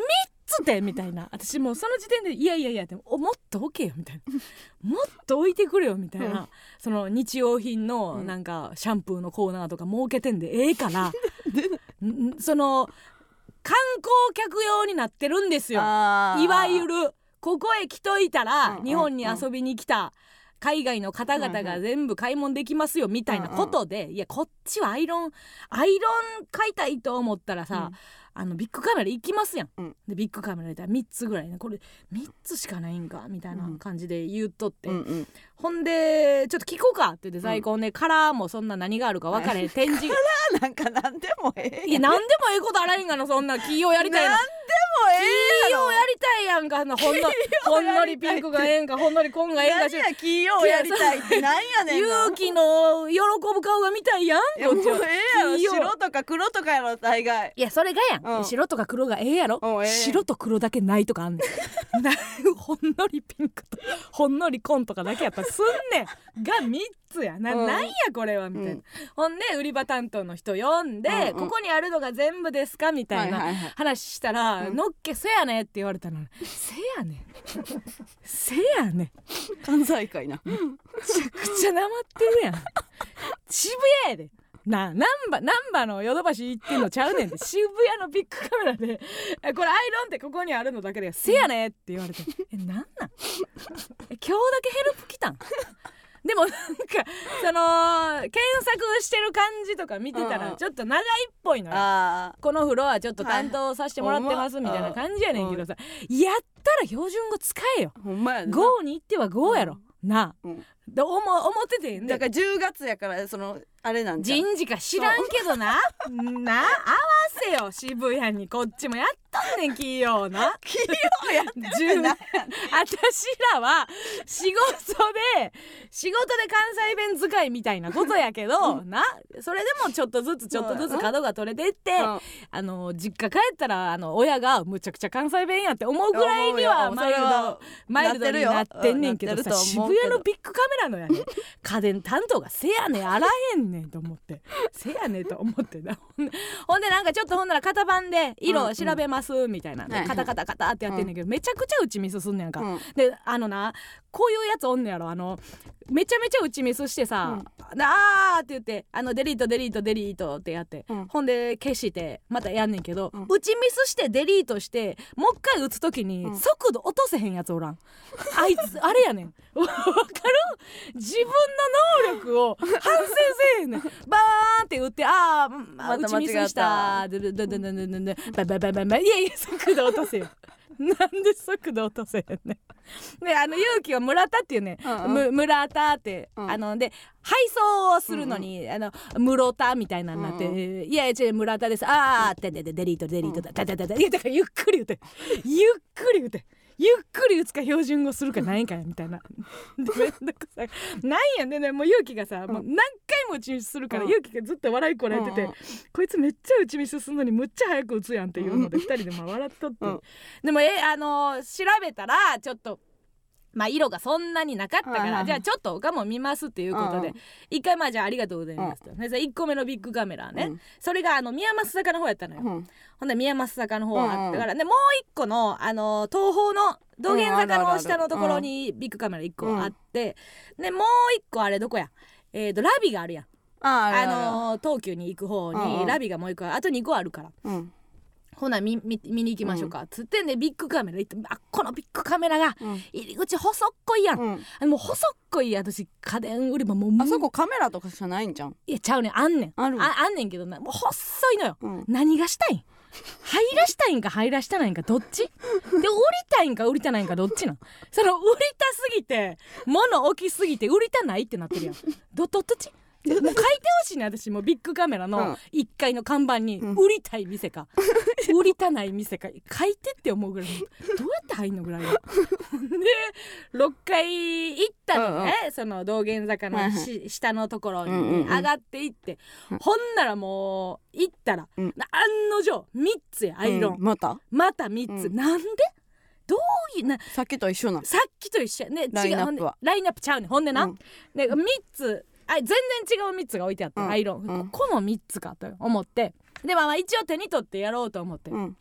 つてみたいな、私もうその時点でいやいやいやでももっと置けよみたいなもっと置いてくれよみたいな、うん、その日用品のなんかシャンプーのコーナーとか設けてんでええからその観光客用になってるんですよ。いわゆるここへ来といたら日本に遊びに来た海外の方々が全部買い物できますよみたいなことで、いやこっちはアイロンアイロン買いたいと思ったらさ、うん、あのビッグカメラ行きますやん、うん、でビッグカメラでみっつぐらいね、これみっつしかないんかみたいな感じで言うとって、うんうん、ほんでちょっと聞こうかって言って在庫ね、うん、カラーもそんな何があるか分からへん展示カラーなんか何でもええいや何でもええことあらへんがな、そんな企業やりたいな何でもええやろ企業やりたいやんか、ほんのほんのりピンクがええんかほんのり紺がええんかし何や企業やりたいってなんやねん勇気の喜ぶ顔が見たいやん。 いやもうええやろ、白とか黒とかやろ大概。 いやそれがやん、うん、白とか黒がええやろ、ええ、白と黒だけないとかあんねんほんのりピンクとほんのり紺とかだけやったらすんねんがみっつやな、うん、なんやこれはみたいな、うん、ほんで売り場担当の人呼んで、うんうん、ここにあるのが全部ですかみたいな話したら、はいはいはい、のっけせやねって言われたのに、うん、せやねせやね関西かいなめちゃくちゃなまってるやん渋谷やでな、ナンバナンバのヨドバシ行ってんのちゃうねんで渋谷のビッグカメラでこれアイロンってここにあるのだけでせやねって言われてえ、なんなんえ今日だけヘルプ来たんでもなんかその検索してる感じとか見てたらちょっと長いっぽいのよ、うん、このフロアちょっと担当させてもらってますみたいな感じやねんけどさ、やったら標準語使えよ、 ほんまやな、 ゴーに行ってはゴーやろ、うん、なあ、うん、で思思っててんだからじゅうがつやからそのあれなんじゃん、 人事か知らんけどなな合わせよ渋谷にこっちもやっとんねん企業な企業やってるな私らは仕事で仕事で関西弁使いみたいなことやけど、うん、なそれでもちょっとずつちょっとずつ角が取れてって、うん、あの実家帰ったらあの親がむちゃくちゃ関西弁やって思うぐらいにはマイルドマイルドになってんねんけどさ、渋谷のビッグカメラのやね家電担当がせやねんあらへんねんと思ってせやねんと思ってなほんでなんかちょっとほんなら型番で色調べますみたいな、うんうん、カタカタカタってやってんねんけど、うん、めちゃくちゃ打ちミスすんねんか、うん、であのなこういうやつおんねやろ、あのめちゃめちゃ打ちミスしてさ、うん、あーって言ってあのデリートデリートデリートってやって、うん、ほんで消してまたやんねんけど、うん、打ちミスしてデリートしてもう一回打つときに速度落とせへんやつおらん、あいつあれやねんわかる、自分の能力を反省せえへんねんバーンって打ってあー、ま、打ちミスしたででででででででバイバイバイバイバイいやいや速度落とせよなんで速度落とせへんねんであの勇気は村田っていうね、うんうん、村田って、うん、あので配送をするのに、うんうん、あの室田みたいなのになって、うんうん、いやいや違う村田ですあーってででデリートデリートだだだだだいやだからゆっくり打てゆっくり打てゆっくり打つか標準語するかないんかやみたいなでめんどくさいなんやねんねもう勇気がさ、うん、もう何回も打ちミスするから、うん、勇気がずっと笑いこらえてて、うん、こいつめっちゃ打ちミスするのにむっちゃ早く打つやんっていうので、うん、ふたりでまあ笑っとって、うん、でもえあのー、調べたらちょっとまあ色がそんなになかったから、はいはいはい、じゃあちょっと他も見ますっていうことで一回まあじゃあありがとうございますと、うん、でいっこめのビッグカメラね、うん、それがあの宮益坂の方やったのよ、うん、ほんで宮益坂の方あったから、うん、でもう一個のあの東宝の道玄坂の下のところにビッグカメラいっこあって、うん、でもう一個あれどこやえーとラビがあるやん、ああの東急に行く方にラビがもう一個あとにこあるから、うんほな 見, 見, 見に行きましょうか、うん、つってんでビッグカメラ行ってあこのビッグカメラが入り口細っこいやん、うん、もう細っこい私家電売り場もうあそこカメラとかじゃないんじゃん。 いやちゃうねんあんねん あ, る あ, あんねんけどなもう細いのよ、うん、何がしたいん入らしたいんか入らしたないんかどっちで売りたいんか売りたないんかどっちなんその売りたすぎて物置きすぎて売りたないってなってるやんどどっちもう書いてほしいね私もビッグカメラのいっかいの看板に売りたい店か、うん、売りたない店か書いてって思うぐらいどうやって入んのぐらいでろっかい行ったのね、うんうん、その道玄坂のし、うんうん、下のところに、ねうんうん、上がっていって、うん、ほんならもう行ったら、うん、案の定みっつやアイロン、 うん、またまたみっつ、うん、なんでどういうなさっきと一緒なさっきと一緒やねラインナップはラインナップちゃうねんほんでな、うん、でみっつあ全然違うみっつが置いてあって、うん、アイロン、うん、このみっつかと思ってで、まあ、まあ一応手に取ってやろうと思って、うん、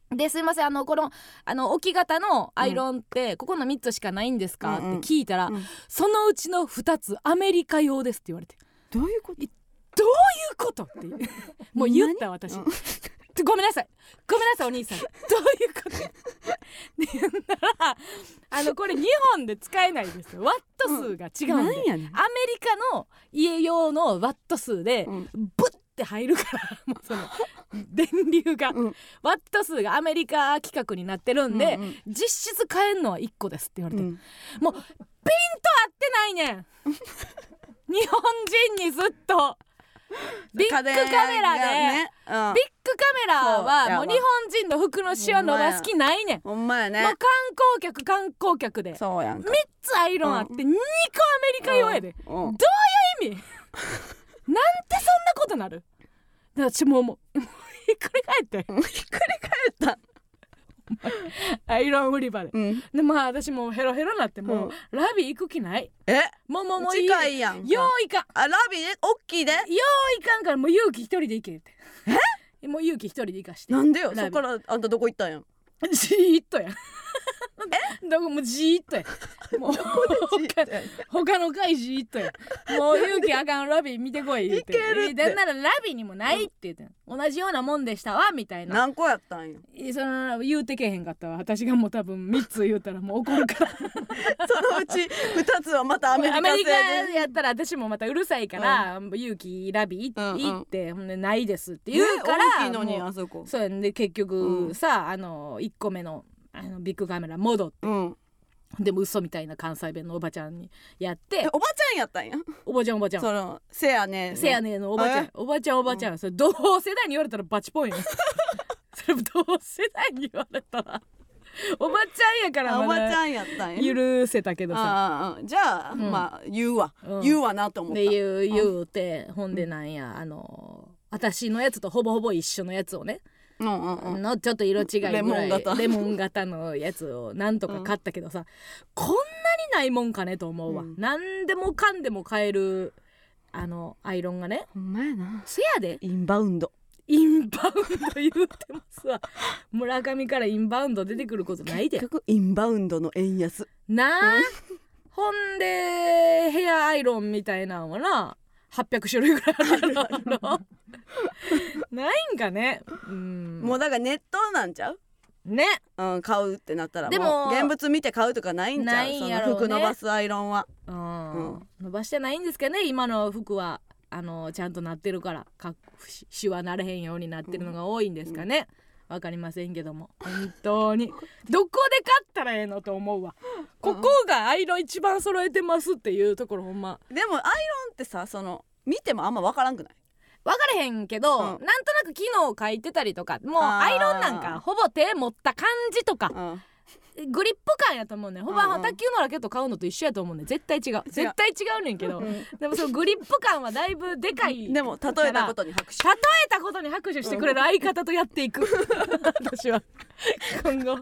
ですいませんあのこのあの置き型のアイロンって、うん、ここのみっつしかないんですか、うんうん、って聞いたら、うん、そのうちのふたつアメリカ用ですって言われて、 どういうことどういうことってもう言った私、うん、ごめんなさいごめんなさいお兄さんどういうことって言ったらあのこれ日本で使えないですよ、ワット数が違うんで、うん、アメリカの家用のワット数で、うん、ブッって入るからもうその電流が、うん、ワット数がアメリカ規格になってるんで、うんうん、実質買えるのはいっこですって言われて、うん、もうピンと合ってないねん日本人にずっとビッグカメラで、ねうん、ビッグカメラはもう日本人の服のシワ伸ばす気ないねん。 ほんまやね。 もう観光客観光客でそうやんかみっつアイロンあって、うん、にこアメリカ用やで、うんうん、どういう意味なんてそんなことなる。だから私もうもうひっくり返ってひっくり返ったアイロン売り場で、うん、でまあ私もうヘロヘロになってもう、うん、ラビ行く気ない。 えもうもうもういい近いやんか。 よういかんあラビおっきいでよういかんからもう勇気一人で行けってえもう勇気一人で行かして。 なんでよそっからあんたどこ行ったんやんじーっとやえどこもじーっとやもう他の回じーっとやもう勇気あかんラビ見てこい言うていけるってでならラビにもないって言って、うん、同じようなもんでしたわみたいな。 何個やったんよその言うてけへんかったわ私がもう多分みっつ言うたらもう怒るからそのうちふたつはまたアメリカ製でアメリカやったら私もまたうるさいから、うん、勇気ラビ行って、うんうん、ほんでないですって言うから、ね、 大きいのにあそこそうやんで結局、うん、さあのいっこめのあのビッグカメラ戻って、うん、でも嘘みたいな関西弁のおばちゃんにやっておばちゃんやったんやおばちゃんおばちゃんそのせやねせやねのおばちゃんおばちゃんおばちゃん、うん、それ同世代に言われたらバチポインそれ同世代に言われたらおばちゃんやからまだ許せたけどさあじゃあ、うん、まあ言うわ、うん、言うわなと思ったで言う言うて、うん、ほんでなんやあの私のやつとほぼほぼ一緒のやつをねうんうんうん、のちょっと色違いぐらいレモン型レモン型のやつをなんとか買ったけどさ、うん、こんなにないもんかねと思うわ、うん、何でもかんでも買えるあのアイロンがねほんまやなせやでインバウンドインバウンド言うてますわ村上からインバウンド出てくることないで結局インバウンドの円安なあ、うん、ほんでヘアアイロンみたいなのはなはっぴゃくしゅるいぐらいあるのないんかねうんもうだからネットなんちゃうね、 うん、買うってなったらでも現物見て買うとかないんちゃうないんやろう、ね、その服伸ばすアイロンは、うんうん、伸ばしてないんですかね今の服はあのちゃんとなってるからかシワなれへんようになってるのが多いんですかね、うん、わかりませんけども本当にどこで買ったらええのと思うわここがアイロン一番揃えてますっていうところほんまでもアイロンってさその見てもあんま分からんくない分からへんけど、うん、なんとなく機能書いてたりとかもうアイロンなんかほぼ手持った感じとか、うん、グリップ感やと思うねほぼ、うんうん、卓球のラケット買うのと一緒やと思うね絶対違う絶対違うねんけど、うん、でもそのグリップ感はだいぶでかいでも例えたことに拍手例えたことに拍手してくれる相方とやっていく、うん、私は今後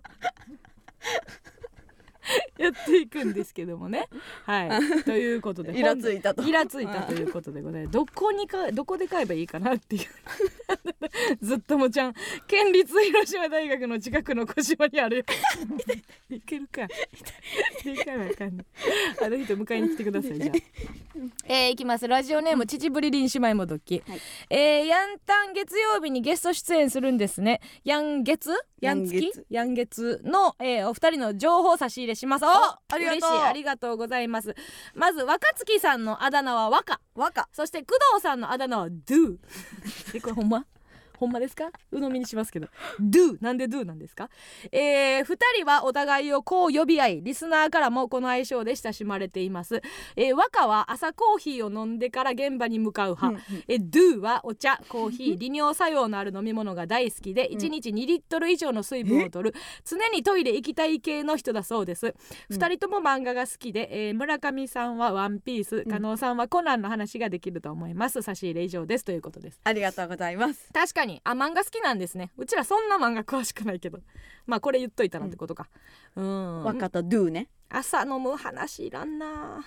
やっていくんですけどもねはいということでイラついたとイラついたということでございますどこにかどこで買えばいいかなっていうずっともちゃん県立広島大学の近くの小島にあるよいけるかいかなあかんねあの人迎えに来てくださいじゃあえー、いきますラジオネーム父ぶりりん姉妹もどき、はいえー、ヤンタン月曜日にゲスト出演するんですねヤン月ヤン月ヤン月の、えー、お二人の情報差し入れします。おありがとう嬉しいありがとうございます。まず若月さんのあだ名は若若そして工藤さんのあだ名はドゥえこれほんまほんまですか鵜呑みにしますけどドゥなんでドゥなんですか、えー、ふたりはお互いをこう呼び合いリスナーからもこの愛称で親しまれています、えー、若は朝コーヒーを飲んでから現場に向かう派、うんうん、えドゥはお茶コーヒー利尿作用のある飲み物が大好きでいちにちにリットル以上の水分を取る常にトイレ行きたい系の人だそうです、うん、ふたりとも漫画が好きで、えー、村上さんはワンピース加納さんはコナンの話ができると思います。差し入れ以上ですということです。 ありがとうございます。 確かにあ漫画好きなんですね。うちらそんな漫画詳しくないけどまあこれ言っといたらってことか、うん、うん若とドゥね朝飲む話いらんな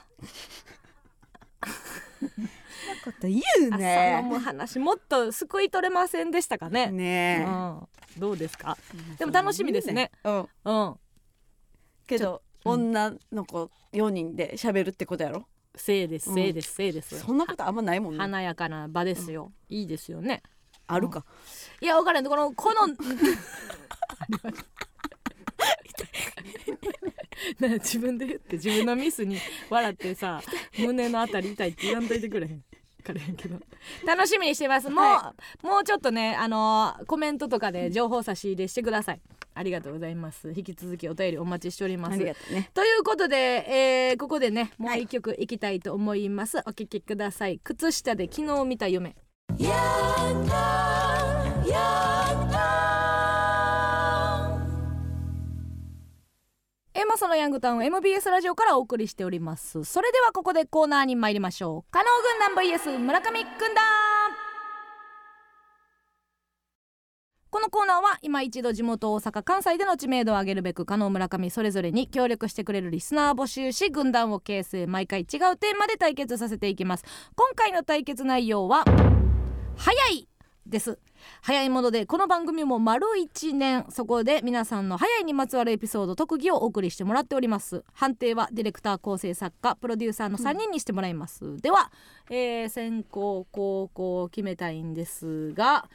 そんなこと言うね朝飲む話もっとすくい取れませんでしたかねねえ、 うんどうですか？でも楽しみですね。 うんうんけど、うん、女の子よにんで喋るってことやろ。 せいですせいですせいです。 そんなことあんまないもんね。 華やかな場ですよ、うん、いいですよね。 あるか、 うん、いや分からんこのこのなん自分で言って自分のミスに笑ってさ胸のあたり痛いって言わんといてくれへんからへんけど楽しみにしてます。もう、はい、もうちょっとねあのー、コメントとかで情報差し入れしてください。ありがとうございます。引き続きお便りお待ちしております。 ありがとうね。 ということで、えー、ここでねもう一曲いきたいと思います、はい、お聴きください。靴下で昨日見た夢。やったやったエマソのヤングタウン エムビーエス ラジオからお送りしております。それではここでコーナーに参りましょう。加納軍団 ブイエス 村上軍団。このコーナーは今一度地元大阪関西での知名度を上げるべく加納村上それぞれに協力してくれるリスナーを募集し軍団を形成、毎回違うテーマで対決させていきます。今回の対決内容は早いです。早いものでこの番組も丸いちねん、そこで皆さんの早いにまつわるエピソード特技をお送りしてもらっております。判定はディレクター、構成作家、プロデューサーのさんにんにしてもらいます、うん、では、えー、先攻後攻を決めたいんですが、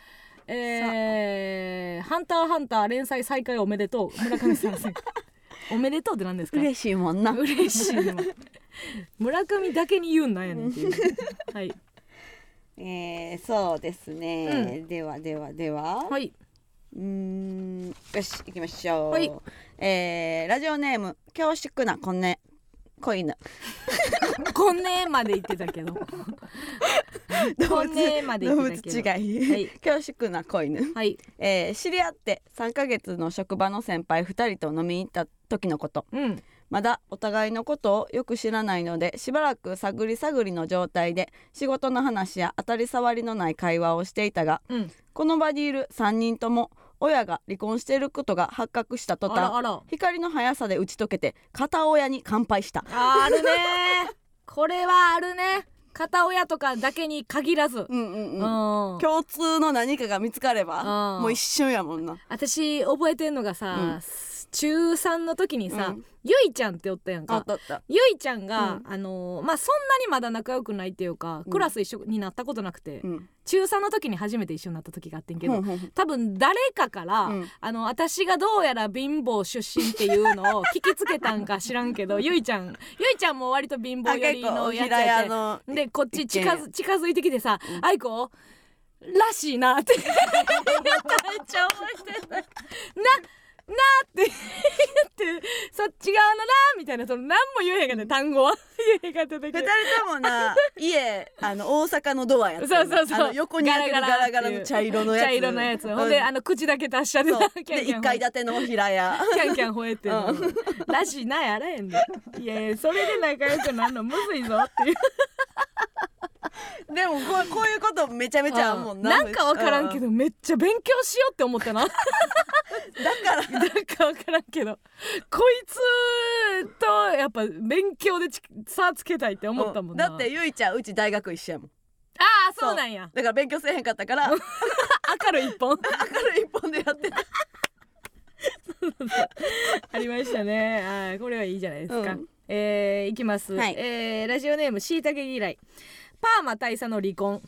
えー、ハンターハンター連載再開おめでとう村上さんおめでとうって何ですか？ 嬉しいもんな。 嬉しいもん村上だけに言うんなんやねんっていうはい、 えー、そうですね、うん、ではではでは、 はい、 うーんよし行きましょう、 はい、 えー、ラジオネーム恐縮なこんね子犬こんねまで言ってたけどこんねまで言ってたけど動物違い、はい、恐縮な子犬、 はい、 えー、知り合ってさんかげつの職場の先輩ふたりと飲みに行った時のこと、うん、まだお互いのことをよく知らないのでしばらく探り探りの状態で仕事の話や当たり障りのない会話をしていたが、うん、この場にいるさんにんとも親が離婚していることが発覚した途端、あらあら光の速さで打ち解けて片親に乾杯した。 あ, あるねこれはあるね。片親とかだけに限らず、うんうんうん、共通の何かが見つかればもう一瞬やもんな。 私覚えてんのがさ、うん、ちゅうさんの時にさ、うん、ゆいちゃんっておったやんか。 あったあった。 ゆいちゃんが、うん、あのー、まあそんなにまだ仲良くないっていうか、うん、クラス一緒になったことなくて、うん、ちゅうさんの時に初めて一緒になった時があってんけど、うん、多分誰かから、うん、あの私がどうやら貧乏出身っていうのを聞きつけたんか知らんけどゆいちゃんゆいちゃんも割と貧乏寄りのやつやってでこっち近づ、近づいてきてさ、うん、あいこらしいなってめっちゃ覚えてるななって言ってそっち側のなみたいな、その何も言えへんかった、単語は言えへんかっただけ。 ふたりともな家あの大阪のドアやった。 そうそうそう、 あの横に開けるガラガラの茶色のやつ、 茶色のやつ、うん、ほんであの口だけ達者ででいっかい建ての平屋キャンキャン吠えてる、うん、らしいなやらへんで、いやそれで仲良くなるのむずいぞっていうでもこう、こういうことめちゃめちゃあるもんな。 なんか分からんけどめっちゃ勉強しようって思ったなだからなんか分からんけどこいつとやっぱ勉強で差つけたいって思ったもんな、 うん、だってゆいちゃんうち大学一緒やもん。 ああそうなんや。 だから勉強せえへんかったから明るい一本明るい一本でやってたありましたね。あこれはいいじゃないですか、うん、えー、いきます、はい、えー、ラジオネームしいたけ嫌いパーマ大佐の離婚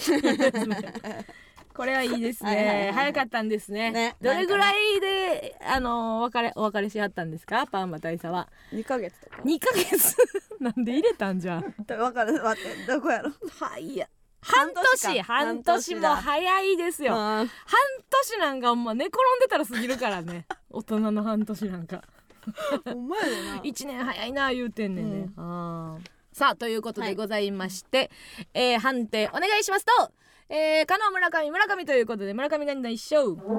これはいいですね、はいはいはい、早かったんです ね, ねどれぐらいであの別れお別れしはったんですか？パーマ大佐はにかげつとか。 にかげつなんで入れたんじゃん分かる。待ってどこやろ。 はいや半年半年も早いですよ。半年なんかもう寝転んでたら過ぎるからね大人の半年なんかお前だないちねん早いな言うてんねんね、うん、あさあということでございまして、はい、えー、判定お願いしますと、えー、加納村上村上ということで村上何々一緒。じゃ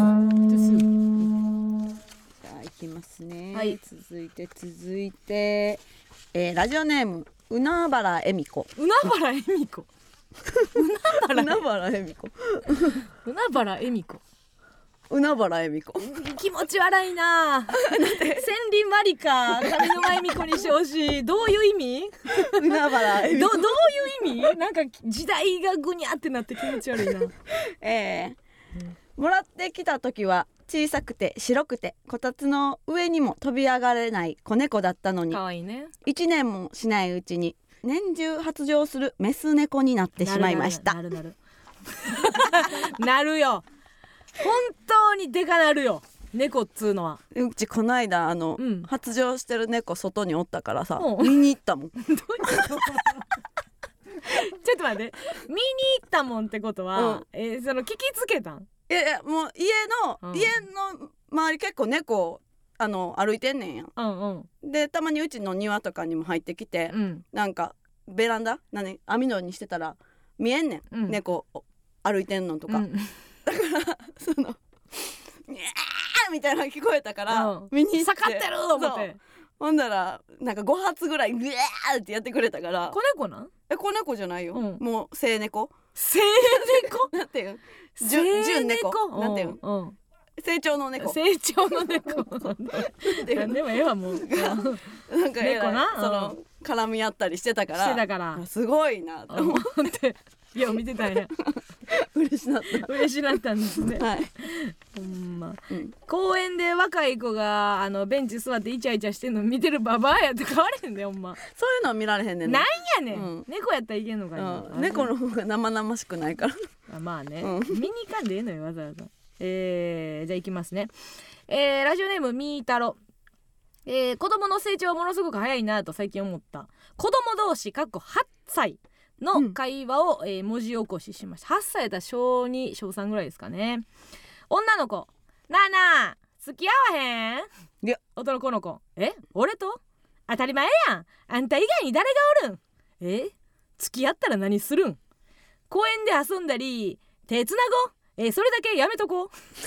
あいきますね、はい、続いて続いて、えー、ラジオネームうなばらえみこ。 うなばらえみこうなばらえみこうなばらえみこうなばらえみこ気持ち悪いな千里マリカ上沼恵美子にしてほしい。どういう意味？ うなばらえみこ ど, どういう意味？なんか時代がぐにゃってなって気持ち悪いなえーもらってきた時は小さくて白くてこたつの上にも飛び上がれない子猫だったのに、 かわいいね。 いちねんもしないうちに年中発情するメス猫になってしまいました。 なるなるなるなるよ、本当にでかなるよ猫っつうのは。 うちこないだあの、 うん、 発情してる猫外におったからさ、 うん、 見に行ったもんどういうちょっと待って、見に行ったもんってことは、うん、えー、その聞きつけたん？ いやいやもう家の、うん、家の周り結構猫あの歩いてんねんやん、 うんうん、 でたまにうちの庭とかにも入ってきて、うん、なんかベランダ何網戸にしてたら見えんねん、うん、猫歩いてんのとか、うん、だからそのにゃーみたいなの聞こえたから、うん、見に行って下がってると思って、 ほんだらなんかご発ぐらいグエーってやってくれたから。 子猫なん？ え子猫じゃないよ、うん、もう生猫。 生猫なんていうん純猫なんていうん、うん、成長の猫。 成長の猫なんでもええわもうなんか猫な、その絡み合ったりしてたからしてたからすごいなと思っていや見てたんや嬉しなった嬉しなったんですね。 はい。 ほんま、うん、公園で若い子があのベンチ座ってイチャイチャしてんの見てるババアやって変われへんでほんま。 そういうのは見られへんねんね。 なんやねん、うん、猫やったらいけんのかよ、 うん、猫の方が生々しくないからあまあね、 うん、 見に行かんでええのよわざわざ。えー、じゃあ行きますね。えー、ラジオネームみーたろ、えー、子供の成長はものすごく早いなと最近思った。子供同士かっこはっさいの会話を、うん、えー、文字起こししました。はっさいやったら小に小さんぐらいですかね。女の子、なあなあ付き合わへん？ いや男の子、え俺と？当たり前やん、あんた以外に誰がおるん？え付き合ったら何するん？公園で遊んだり手つなごう、えそれだけやめとこう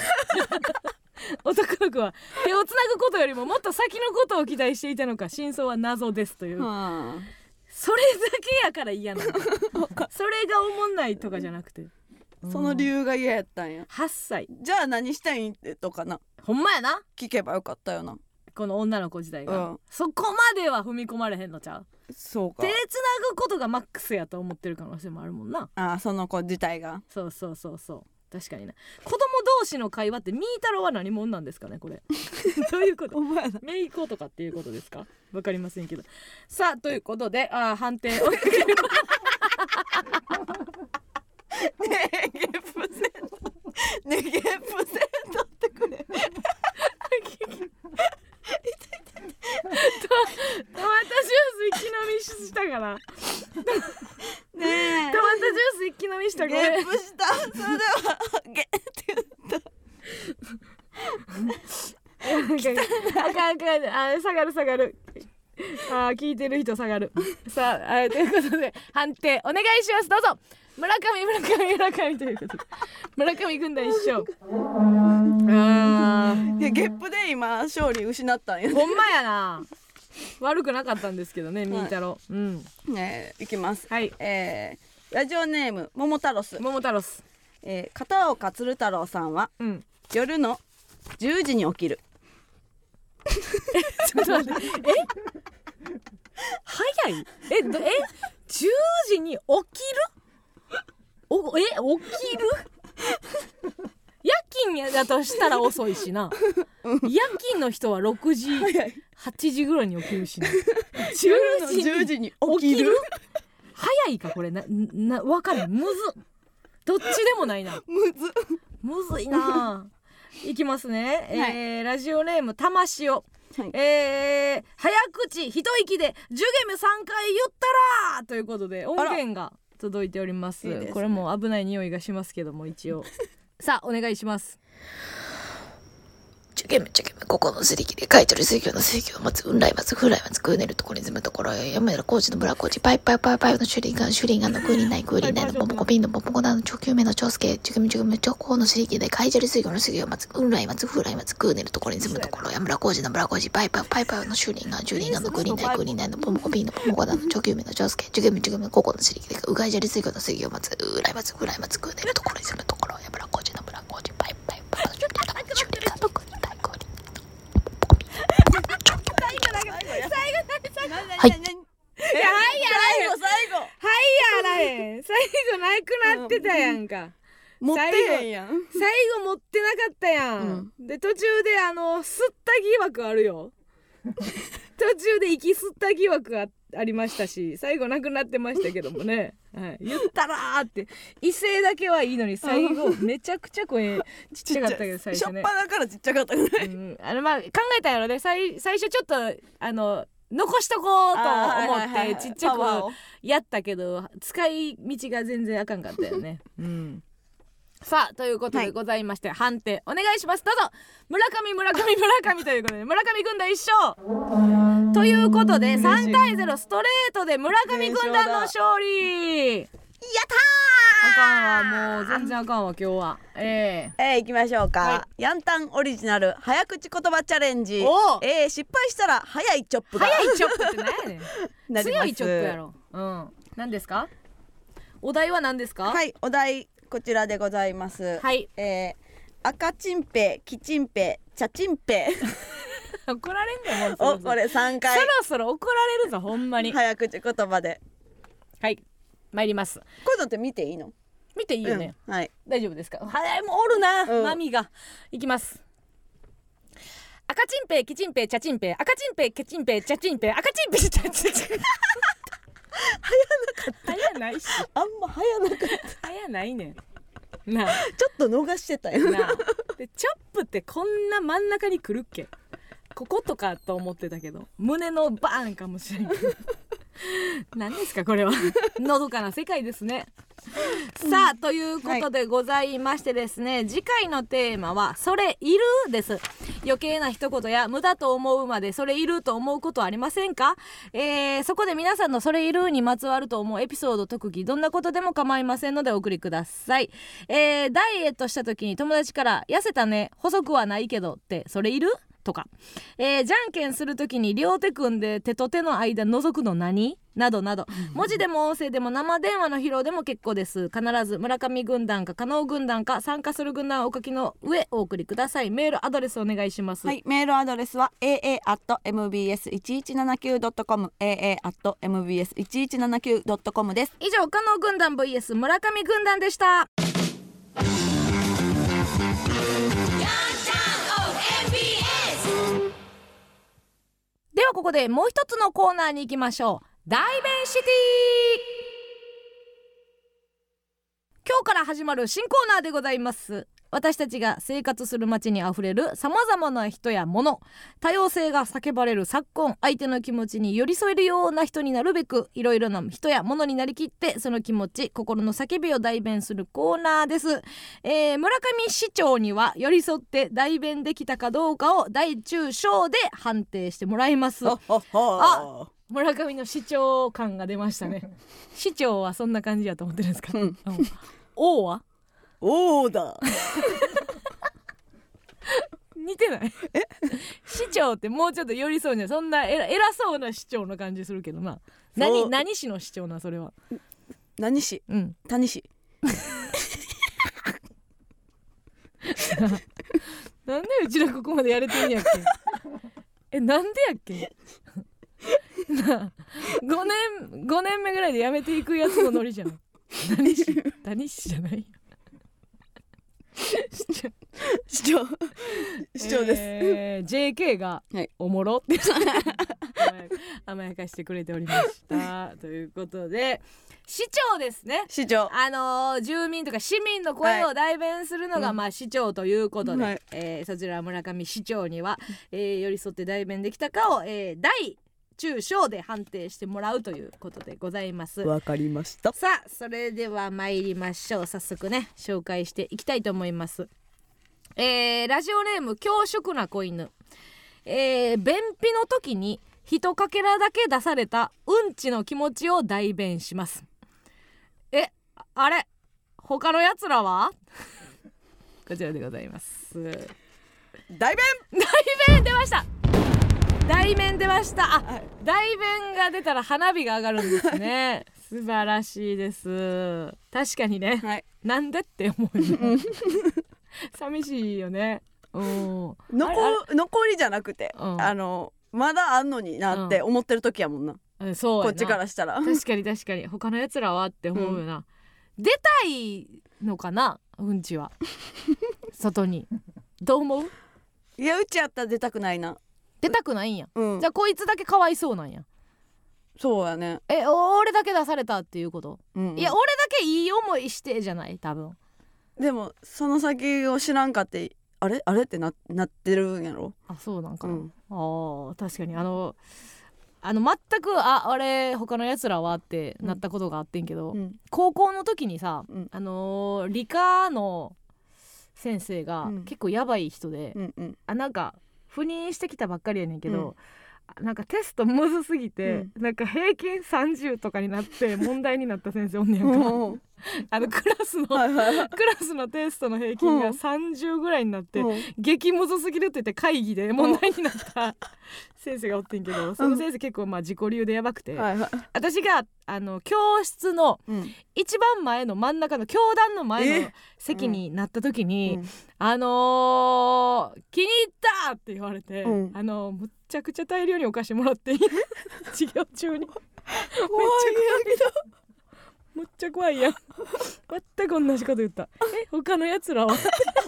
男の子は手をつなぐことよりももっと先のことを期待していたのか真相は謎ですという、はあ、それだけやから嫌なのそれがおもんないとかじゃなくてその理由が嫌やったんや。 はっさいじゃあ何したいんってとかな、 ほんまやな、 聞けばよかったよなこの女の子自体が、うん、そこまでは踏み込まれへんのちゃう？ そうか、 手つなぐことがマックスやと思ってる可能性もあるもんな。 ああその子自体が。 そうそうそうそう、確かにね。子供同士の会話ってみーたろうは何者なんですかねこれどういうこと？めいっ子とかっていうことですか？わかりませんけど。さあということであ判定お願いしますねえゲップセントねえゲップセントってくれトマトジュース一気飲みしたからねえトマトジュース一気飲みしたゲップした。それではゲッって言ったあかんあかん、あ下がる下がる、あ聞いてる人下がるさあ、あということで判定お願いします。どうぞ。村上村上村上ということで村上軍団一勝。 あいやゲップで今勝利失ったんや、ね、 ほんまやな、悪くなかったんですけどねみーたろう、うんえー、いきます。 はい、 えー、ラジオネーム桃太郎ス桃太郎ス、 えー、片岡鶴太郎さんは、うん、夜のじゅうじに起きるちょっと待ってえ早いえどえじゅうじに起きるおえ起きる夜勤やだとしたら遅いしな夜勤の人はろくじはちじぐらいに起きるしなじゅうじに起きる早いかこれなな分かるむずどっちでもないなむずむずいないきますね、はい、えー、ラジオネームたましお、はい、えー、早口一息でジュゲムさんかい言ったらということで音源が届いております。いいですね、これも危ない匂いがしますけども一応さあお願いします。 ジュゲムジュゲムここのすり切れ書いてる水魚の水魚を待つ雲来待つ風来待つクーネルとこに住むところやめらコーチのブラコーチパイパイパイパイのシュリンガンシュリンガンのクーリンナイクーリンナイのポンポコピンのポンポコダの長久目の長介ジュゲムジュゲムチョコのすり切れ書いてる水魚の水魚を待つ雲来待つ風来待つクーネルとこに住むところやめらコーチのブラコーチパイパイパイパイのシュリンガンシュリンガンのクーリンナイクーリンナイのポンポコピンのポンポコダの長久目の長介ジュゲムジュゲムここのすり切れうがいじゃり水魚の水魚を待つうらい待つ風来待つクーネルところに住むところやめらコーチのブラコーチパイパイパイのシュリンガンのシュリンガンのクーリンナイクーリンはい。いや、はいやらへん。最後、はいやらへん。最後なくなってたやんか。 持ってへんやん。 最後持ってなかったやん、うん、で途中であの吸った疑惑あるよ途中で息吸った疑惑がありましたし、最後なくなってましたけどもね、はい、言ったらーって威勢だけはいいのに最後めちゃくちゃ声ちっちゃかったけど最初ね、 しょっぱだからちっちゃかったぐらい、 うん、あのまあ考えたんやろね。 最, 最初ちょっとあの残しとこうと思ってちっちゃくやったけど使い道が全然あかんかったよね、うん、さあということでございまして、はい、判定お願いします。どうぞ。村上村上村上ということで村上軍団一勝ということでさんたいゼロストレートで村上軍団の勝利。やったー。あかんわ、もう全然あかんわ今日は。えー、 えー、いきましょうか、はい、ヤンタンオリジナル早口言葉チャレンジ。えー、失敗したら早いチョップが早いチョップって何やねん強いチョップやろ。うん、何ですか。お題は何ですか。 はい、お題こちらでございます。 はい、 えー、赤チンペイキチンペイチャチンペイ怒られんだよもうそろそろ。 おこれさんかいそろそろ怒られるぞほんまに。 早口言葉ではい参ります。 こういうのって見ていいの。 見ていいよね、 うん、はい、 大丈夫ですか。はい、もうおるな、うん、マミがいきます。赤チンペイキチンペイチャチンペイ赤チンペイケチンペイチャチンペイ赤チンペイチャチンペイ早なかった早ないしあんま早なかった早ないねんなあちょっと逃してたよなあでチョップってこんな真ん中に来るっけ。こことかと思ってたけど胸のバーンかもしれんけど何ですかこれはのどかな世界ですね。さあということでございましてですね、はい、次回のテーマはそれいるです。余計な一言や無駄と思うまでそれいると思うことありませんか。えー、そこで皆さんのそれいるにまつわると思うエピソード特技どんなことでも構いませんのでお送りください。えー、ダイエットした時に友達から痩せたね細くはないけどってそれいるとか、えー、じゃんけんするときに両手組んで手と手の間覗くの何などなど、文字でも音声でも生電話の披露でも結構です。必ず村上軍団か加納軍団か参加する軍団をお書きの上お送りください。メールアドレスお願いします。 はい、メールアドレスは エーエー アット エムビーエス いちいちななきゅう ドット コム エーエー アット エムビーエス いちいちななきゅう ドット コム です。 以上加納軍団 ブイエス 村上軍団でした。ではここでもう一つのコーナーに行きましょう。代弁シティ。今日から始まる新コーナーでございます。私たちが生活する街にあふれるさまざまな人や物、多様性が叫ばれる昨今、相手の気持ちに寄り添えるような人になるべくいろいろな人や物になりきってその気持ち心の叫びを代弁するコーナーです。えー、村上市長には寄り添って代弁できたかどうかを大中小で判定してもらいます。あ、村上の市長感が出ましたね市長はそんな感じやと思ってるんですか、うん、王は王だ似てないえ市長ってもうちょっと寄り添うんじゃそんな偉そうな市長の感じするけどな。何何市の市長なそれは。 何市、うん、谷市なんでうちらここまでやれてんやっけえなんでやっけなごねんごねんめぐらいでやめていくやつのノリじゃん何市谷市じゃないよ市長市長市長です、 えー、ジェーケー がおもろって、はい、甘やかしてくれておりましたということで市長ですね。 市長あのー、住民とか市民の声を代弁するのが、はい、まあ市長ということで、はい、えー、そちら村上市長には、えー、寄り添って代弁できたかを、えー、大中小で判定してもらうということでございます。 わかりました。 さあそれでは参りましょう。早速ね紹介していきたいと思います。えー、ラジオネーム恐縮な子犬、えー、便秘の時に一かけらだけ出されたうんちの気持ちを代弁します。えあれ他のやつらはこちらでございます。 代弁代弁出ました。代弁出ました。あ、はい、代弁が出たら花火が上がるんですね素晴らしいです。確かにね、はい、なんでって思うよ寂しいよね。うん、 残, 残りじゃなくて、うん、あのまだあんのになって思ってる時やもんな、 うん、そうやなこっちからしたら確かに確かに他のやつらはって思うよな、うん、出たいのかなうんちは外に。どう思う？ いやうちやったら出たくないな。 出たくないんや、 うん、 じゃあこいつだけかわいそうなんや。 そうやね。 え俺だけ出されたっていうこと、 うんうん、 いや俺だけいい思いしてじゃない多分。 でもその先を知らんかってあれあれって な, なってるんやろ。 あそうなんかな、 うん、 あ確かにあのあの全くああれ他のやつらはってなったことがあってんけど、うん、高校の時にさ、うん、あのー、理科の先生が結構やばい人で、うんうん、あなんか赴任してきたばっかりやねんけど、うん、なんかテストむずすぎて、うん、なんか平均さんじゅうとかになって問題になった先生おんねやんかあのクラスのはい、はい、クラスのテストの平均がさんじゅうぐらいになって、うん、激むずすぎるって言って会議で問題になった先生がおってんけど、その先生結構まあ自己流でやばくて、はいはい、私があの教室の一番前の真ん中の教壇の前の席になった時に、うん、あのー、気に入ったって言われて、うん、あのー、むっちゃくちゃ大量にお菓子もらって授業中にめっちゃ怖いけどむっちゃ怖いやん全く同じこと言った。え他のやつらは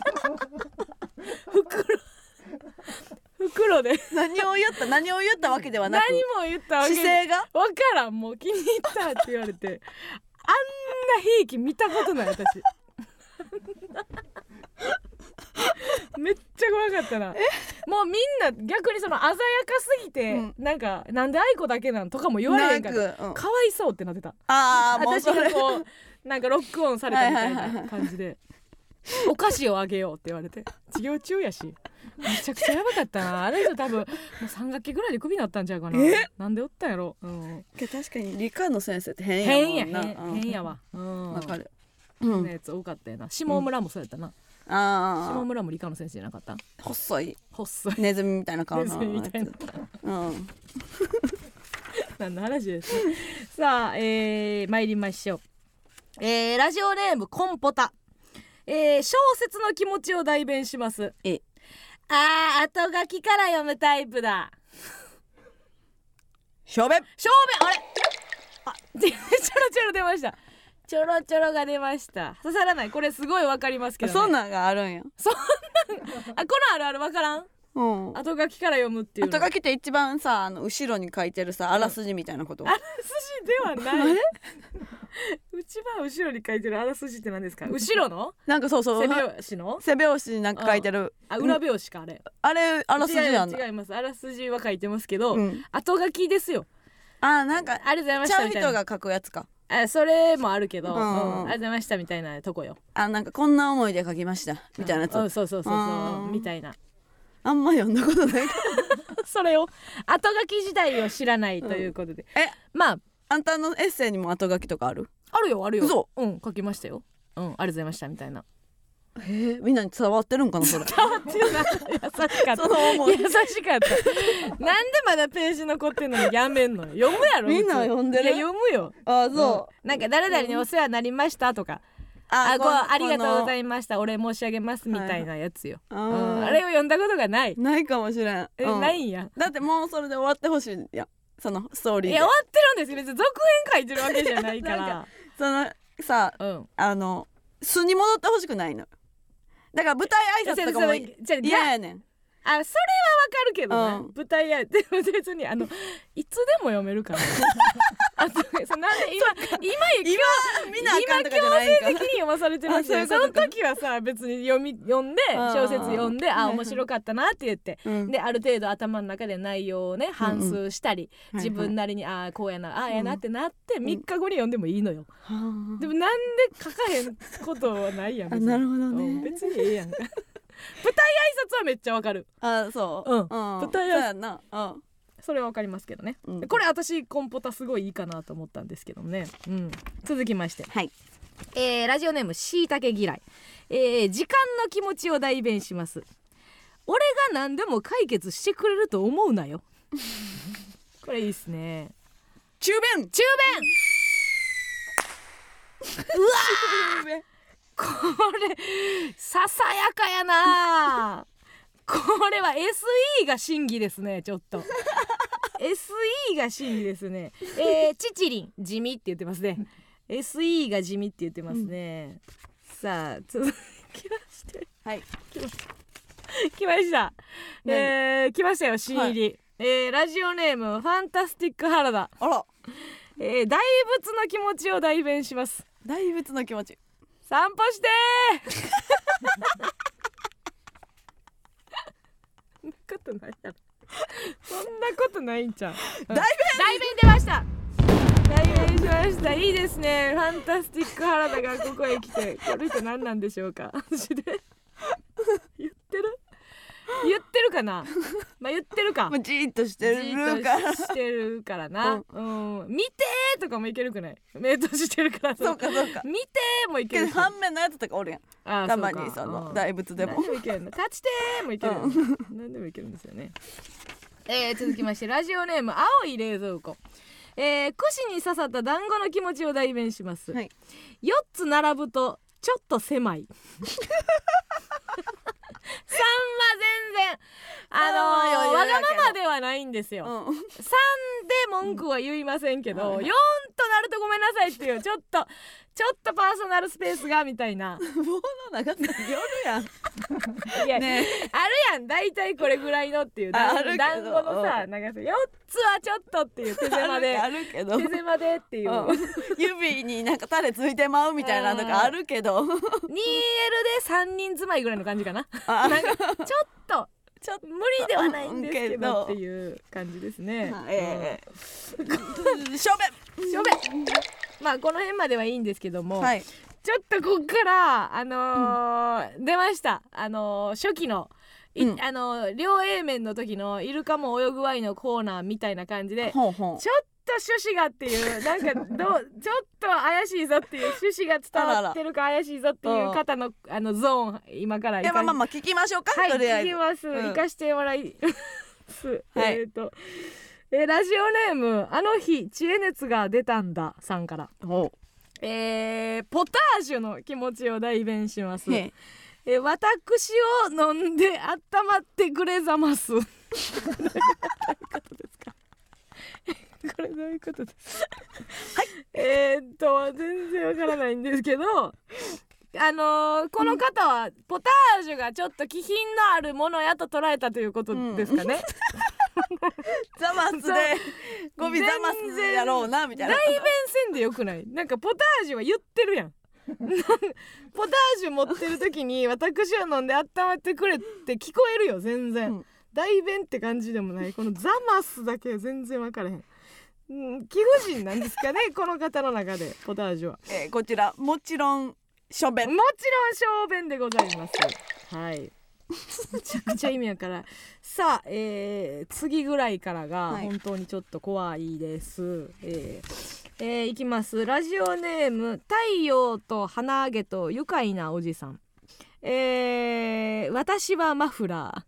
袋袋で何を言った何を言ったわけではなく、 何も言ったわけ姿勢が分からん。もう気に入ったって言われてあんな兵器見たことない私めっちゃ怖かったな。もうみんな逆にその鮮やかすぎて、うん、なんかなんで愛子だけなんとかも言われへんから、うん、かわいそうってなってた。 あ私がこうなんかロックオンされたみたいな感じでお菓子をあげようって言われて授業中やしめちゃくちゃやばかったな。あれ以上多分もうさん学期ぐらいでクビになったんちゃうかな。なんでおったんやろ、うん、 確かに理科の先生って変やもんな。 変や変やわ、うん、 わかる。 変なやつ多かったよな。下村もそうやったな、うん、あ下村も理科の先生じゃなかった？ 細い細いネズミみたいな顔のネズミみたいなうん何の話ですねさあ、えー、参りましょう。えー、ラジオネームコンポタ、えー、小説の気持ちを代弁します。 えあー後書きから読むタイプだ。 しょべしょべあれあちょろちょろ出ました。ちょろちょろが出ました。刺さらない。これすごいわかりますけど、ね、 そんなんがあるんや。 そんなんあこのあるあるわからん。うん、後書きから読むっていうの。 後書きって一番さあの後ろに書いてるさあらすじみたいなこと、うん、 あらすじではない一番後ろに書いてるあらすじって何ですか？後ろのなんかそうそう背表紙の背表紙になんか書いてる。 あ裏表紙かあれ。 あれあらすじなんだ。 違います。あらすじは書いてますけど、うん、後書きですよ。 あなんかありがとうございましたみたいな。 ちゃう人が書くやつか。 あそれもあるけど、うんうん、ありがとうございましたみたいなとこよ。 あなんかこんな思いで書きましたみたいなやつ、 うん、そうそうそうそうみたいな。 あんま読んだことないそれを後書き自体を知らないということで、 うん、えまああんたのエッセイにも後書きとかある？ あるよあるよ。 嘘？ うん書きましたよ。うんありがとうございましたみたいな。 へえみんなに伝わってるんかなそれ。 伝わってるな。優しかった優しかったなんでまだページ残ってんのにやめんのよ。読むやろみんな読んでる。 いや読むよ。 あそう、 うん、なんか誰々にお世話になりましたとか、ああこうありがとうございましたお礼申し上げますみたいなやつよ、はいはいうん、あれを読んだことがないないかもしれん。 え、うん、ないんや。 だってもうそれで終わってほしいやそのストーリーで。 いや終わってるんですよ。別に続編書いてるわけじゃないからなんかそのさ、うん、あの素に戻ってほしくないの。だから舞台挨拶とかも嫌やねん。 あそれはわかるけどね、うん、舞台やでも別にあのいつでも読めるからあとそなんで今今今みんなあかんとかじゃないんか。 今強制的に読まされてますよ。その時はさ別に読み読んで小説読んであ面白かったなって言って、うん、である程度頭の中で内容をね反芻したり、うんうん、自分なりにああこうやなああやなってなって、うん、みっかごに読んでもいいのよ、うん、でもなんで書かへんことはないやん。 あなるほどね、 うん、別にええやんか舞台挨拶はめっちゃわかる。 あそう、うん、 舞台挨拶な、うん、 それはわかりますけどね、うん、これ私コンポタすごいいいかなと思ったんですけどね、うん、続きまして、 はいえー、ラジオネームしいたけ嫌い、えー、時間の気持ちを代弁します。俺が何でも解決してくれると思うなよこれいいっすね。 中弁中弁うわーこれささやかやなこれは エスイー が審議ですね。ちょっとエスイー が審議ですね。えー、チチリン地味って言ってますね。エスイー が地味って言ってますね、うん、 さあ続きましてはい来ました、えー、来ましたよ新入り、はい、えー、ラジオネームファンタスティック原田。 あら、 えー、大仏の気持ちを代弁します。 大仏の気持ち、 散歩してーそんなことないやろそんなことないんちゃう。 代弁、 代弁出ました。代弁しました。いいですね。ファンタスティック原田がここへ来て、この人何なんでしょうか。私で言ってる言ってるかな。まあ言ってるか。 もうじーっとしてるから。 じーっとしてるからな。うん、うん、見てーとかもいけるくない。目閉じてるから。 そうかそうか。 見てーもいける。 反面のやつとかおるやん。あたまにその大仏でも。 何でもいけるの。立ちてーもいける。うん、何でもいけるんですよね。えー、続きましてラジオネーム青い冷蔵庫。えー、串に刺さった団子の気持ちを代弁します、はい、よっつ並ぶとちょっと狭いさんは全然あのー、わがままではないんですよ、うん、さんで文句は言いませんけど、うん、よんとなるとごめんなさいっていうちょっとちょっとパーソナルスペースがみたいな棒の長さ夜やんいや、ね、あるやんだいたいこれぐらいのっていう団子のさ長さよっつはちょっとっていう手狭であるけど手狭でっていう、うん、 指になんかタレついてまうみたいなのがあるけど にエル でさんにん住まいぐらいの感じかななんかちょっとちょっと無理ではないんですけどっていう感じですね。 えー、しょべしょべまあこの辺まではいいんですけども、 はい、 ちょっとこっからあのーうん、出ましたあのー、初期の、うん、あのー、両 A 面の時のイルカも泳ぐワイのコーナーみたいな感じでほうほうちょっと趣旨がっていうなんかどちょっと怪しいぞっていう趣旨が伝わってるか怪しいぞっていう方のあのゾーン今からいやまあまあまあ聞きましょうか。 はいとりあえず聞きます、うん、行かしてもらいますはい、 えーとえー、ラジオネームあの日知恵熱が出たんださんからえー、ポタージュの気持ちを代弁します。えー、私を飲んで温まってくれざますどういうことですかこれどういうことですはいえーっと全然わからないんですけどあのー、この方はポタージュがちょっと気品のあるものやと捉えたということですかね、うんザマスでゴミザマスやろうなみたいな代弁せんでよくない。なんかポタージュは言ってるやんポタージュ持ってる時に私を飲んで温まってくれって聞こえるよ全然、うん、代弁って感じでもないこのザマスだけ全然分からへん、うん、貴婦人なんですかねこの方の中でポタージュは、 えー、こちらもちろん小便もちろん小便でございますはいめちゃくちゃ意味やからさあ、えー、次ぐらいからが本当にちょっと怖いです、はい、えーえー、いきます。ラジオネーム太陽と鼻揚げと愉快なおじさん、えー、私はマフラ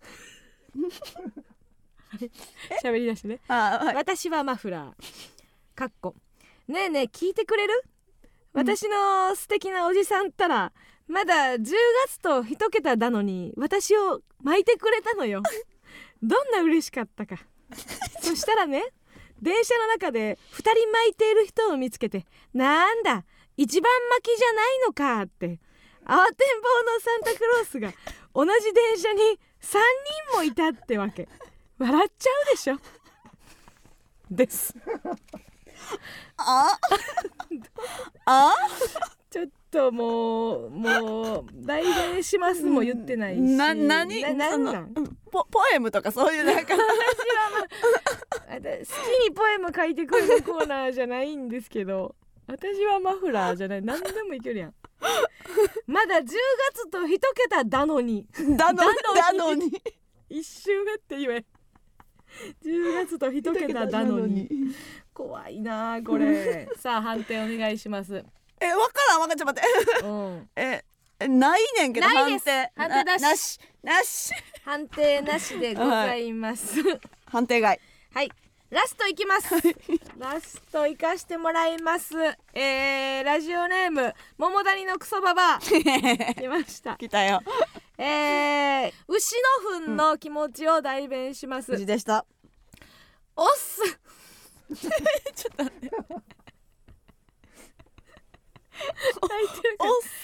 ー喋り出してねあ、はい、私はマフラーかっこねえねえ聞いてくれる、うん、私の素敵なおじさんったらまだじゅうがつと一桁だのに私を巻いてくれたのよどんな嬉しかったかそしたらね電車の中でふたり巻いている人を見つけてなんだ一番巻きじゃないのかって慌てんぼうのサンタクロースが同じ電車にさんにんもいたってわけ笑っちゃうでしょですああちょっともうもう代弁しますも言ってないし、 な何ななんなんポポエムとかそういうなんか好きにポエム書いてくれるコーナーじゃないんですけど私はマフラーじゃない何でもいけるやんまだじゅうがつと一桁だのにだのだのに一周目って言えじゅうがつと一桁だのに怖いなこれさあ判定お願いしますえ、わからんわかんちょっと待って、うん、えないねんけど判定判定なしなしなし判定なしでございます、 はい、判定外はいラストいきますラストいかしてもらいます、えー、ラジオネーム桃谷のクソババア来ました来たよえー、牛の糞の気持ちを代弁します、 うん、牛でしたおっすちょっと待っておっ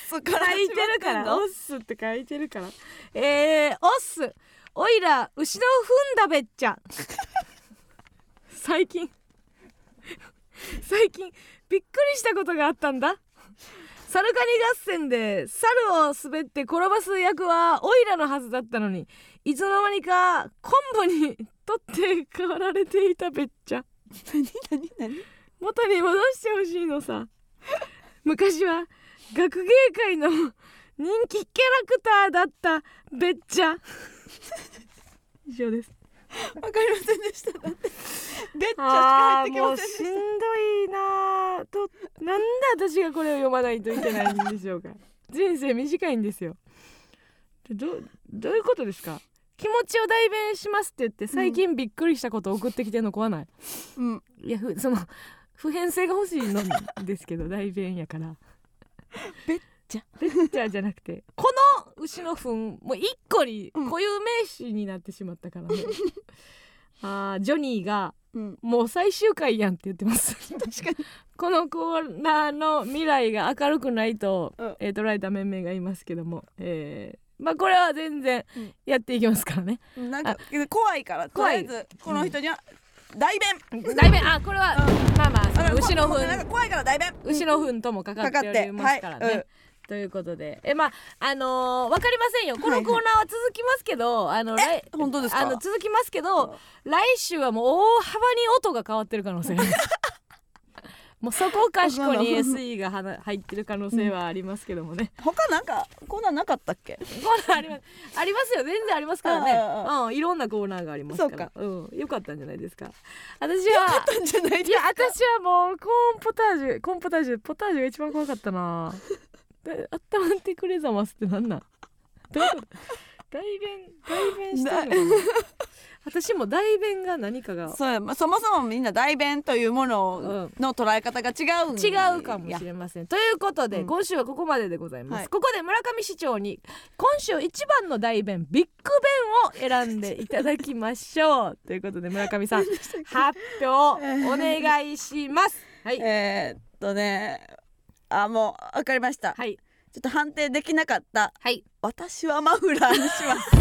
スから書いてるからオッスって書いてるからえー、オッスおいら牛の糞だべっちゃ最近最近びっくりしたことがあったんだ。サルカニ合戦で猿を滑って転ばす役はオイラのはずだったのに、いつの間にかコンボに取って代わられていたべっちゃ。 何何何元に戻してほしいのさ。昔は学芸会の人気キャラクターだったべっちゃ。以上です。 わかりませんでした。だってべっちゃしか入ってきませんでした。 もうしんどいなと、なんで私がこれを読まないといけないんでしょうか。人生短いんですよ。ど, どういうことですか。気持ちを代弁しますって言って最近びっくりしたことを送ってきてるの怖ない、うん、いやその普遍性が欲しいのですけど代弁やからべっちゃべっちゃじゃなくてこの牛の糞もう一個に固有名詞になってしまったからね、うん、あジョニーが、うん、もう最終回やんって言ってます確かにこのコーナーの未来が明るくないと、うんえー、捉えた面々がいますけども、えーまあこれは全然やっていきますからね、 うん、なんか怖いからとりあえずこの人には代弁、 うん、代弁あこれは、うん、まあまあ牛の糞なんか怖いから代弁牛の糞ともかかっておりますからね、はいうん、ということでえまああのー、分かりませんよこのコーナーは続きますけど、はいはい、あの来本当ですか。 あの続きますけど来週はもう大幅に音が変わってる可能性もうそこかしこに エスイー が入ってる可能性はありますけどもね、 うん、他なんかコーナーなかったっけ。 コーナーありますありますよ全然ありますからねうん、いろんなコーナーがありますからそうか、うん、よかったんじゃないですか。私はよかったんじゃないですか。 いや私はもうコーンポタージュコーンポタージュポタージュが一番怖かったなで温まってくれざますってなんなんどういうこと代弁代弁してるのかな私も代弁が何かがそう、そもそもみんな代弁というものの捉え方が違う、うん、 違うかもしれませんということで、うん、今週はここまででございます、はい、ここで村上市長に今週一番の代弁ビッグ弁を選んでいただきましょうということで村上さん発表お願いしますはいえー、っとねあもう分かりました、はい、ちょっと判定できなかった、はい、私はマフラーにします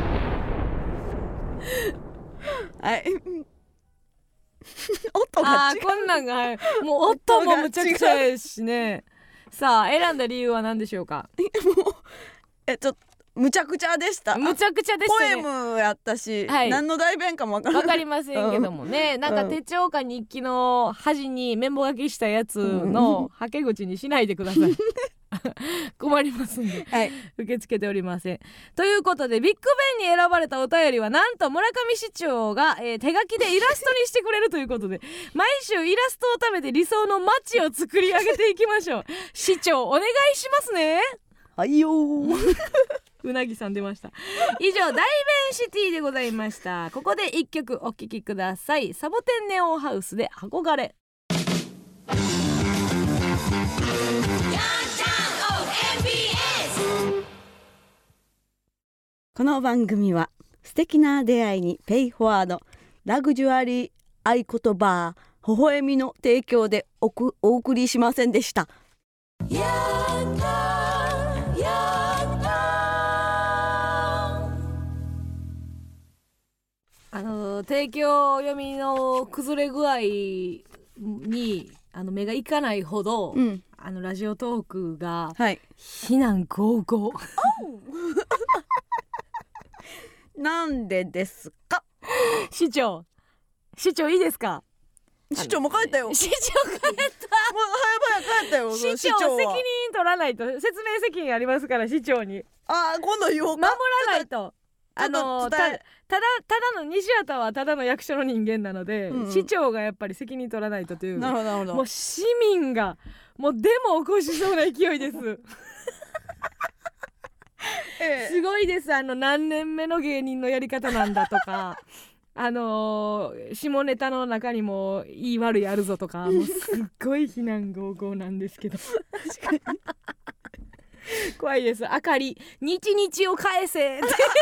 はい音が違うあこんなんがもう音もむちゃくちゃやしねさあ選んだ理由は何でしょうか。 もうえちょっとむちゃくちゃでした。 むちゃくちゃでしたね。 ポエムやったし、はい、何の代弁かも分からない分かりませんけどもね、うん、なんか手帳か日記の端にメモ書きしたやつのはけ口にしないでください困りますんで、はい、受け付けておりませんということでビッグベンに選ばれたお便りはなんと村上市長が、えー、手書きでイラストにしてくれるということで毎週イラストを食べて理想の街を作り上げていきましょう市長お願いしますね。 はいよーうなぎさん出ました。以上大弁シティでございました。ここで一曲お聴きください。サボテンネオンハウスで憧れ。 この番組は素敵な出会いにペイフォワードラグジュアリー合言葉微笑みの提供でお, くお送りしませんでした。やったやったあの提供読みの崩れ具合にあの目がいかないほど、うん、あのラジオトークが、はい、非難ゴーゴーなんでですか。 市長市長いいですか。 市長も帰ったよ。 市長帰ったもう早々帰ったよ。 市長責任取らないと説明責任ありますから市長にあー今度言おうか。 守らないとあのた, ただただの西畑はただの役所の人間なので、うんうん、市長がやっぱり責任取らないとという。 なるほどなるほど。 もう市民がもうデモ起こしそうな勢いですええ、すごいです。あの何年目の芸人のやり方なんだとかあのー、下ネタの中にもいい悪いあるぞとかもうすっごい非難合々なんですけど確かに怖いです。あかり日日を返せ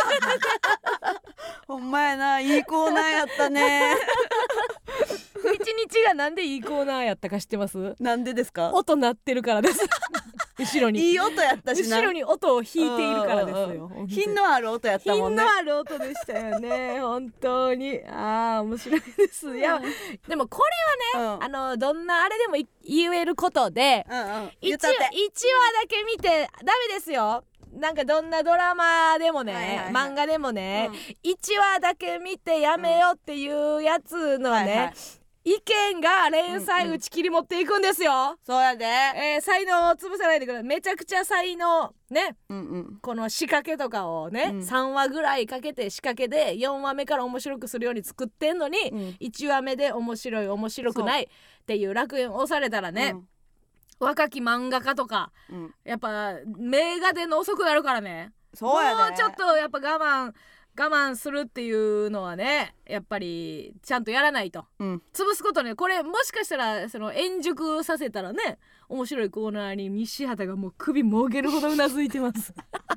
ほんまやないいコーナーやったね日日がなんでいいコーナーやったか知ってます？ なんでですか？ 音鳴ってるからです後ろにいい音やったしな、 後ろに音を弾いているからですよ。 品のある音やったもんね。 品のある音でしたよね本当に。あー面白いです。いやでもこれはね、うん、あのどんなあれでも言えることで、うんうん、いち, いちわだけ見てダメですよ。なんかどんなドラマでもね、はいはいはい、漫画でもね、うん、いちわだけ見てやめよっていうやつのね、はいはい、意見が連載打ち切り持っていくんですよ、うんうん、 そうやで、 えー、才能を潰さないでください。めちゃくちゃ才能ね、うんうん、この仕掛けとかをね、うん、さんわぐらいかけて仕掛けでよんわめから面白くするように作ってんのに、うん、いちわめで面白い面白くないっていう楽園を押されたらね、うん、若き漫画家とか、うん、やっぱ名画での遅くなるからね。 そうやね、 もうちょっとやっぱ我慢我慢するっていうのはねやっぱりちゃんとやらないと、うん、潰すことね。これもしかしたらその円熟させたらね面白いコーナーに西畑がもう首もげるほどうなずいてます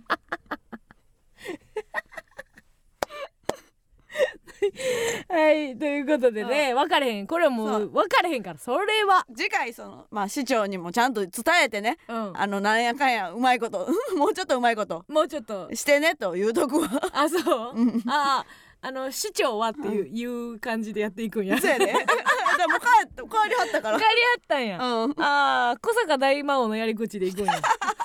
はいということでね、分かれへん、これはもう分かれへんから、それは次回そのまあ市長にもちゃんと伝えてね、うん、あのなんやかんやうまいこともうちょっとうまいこともうちょっとしてねというとこはあそう、うん、ああの市長はっていう、うん、いう感じでやっていくんや。 そうやねでも帰, 帰りはったから帰りはったんや、うん、ああ小坂大魔王のやり口でいくんや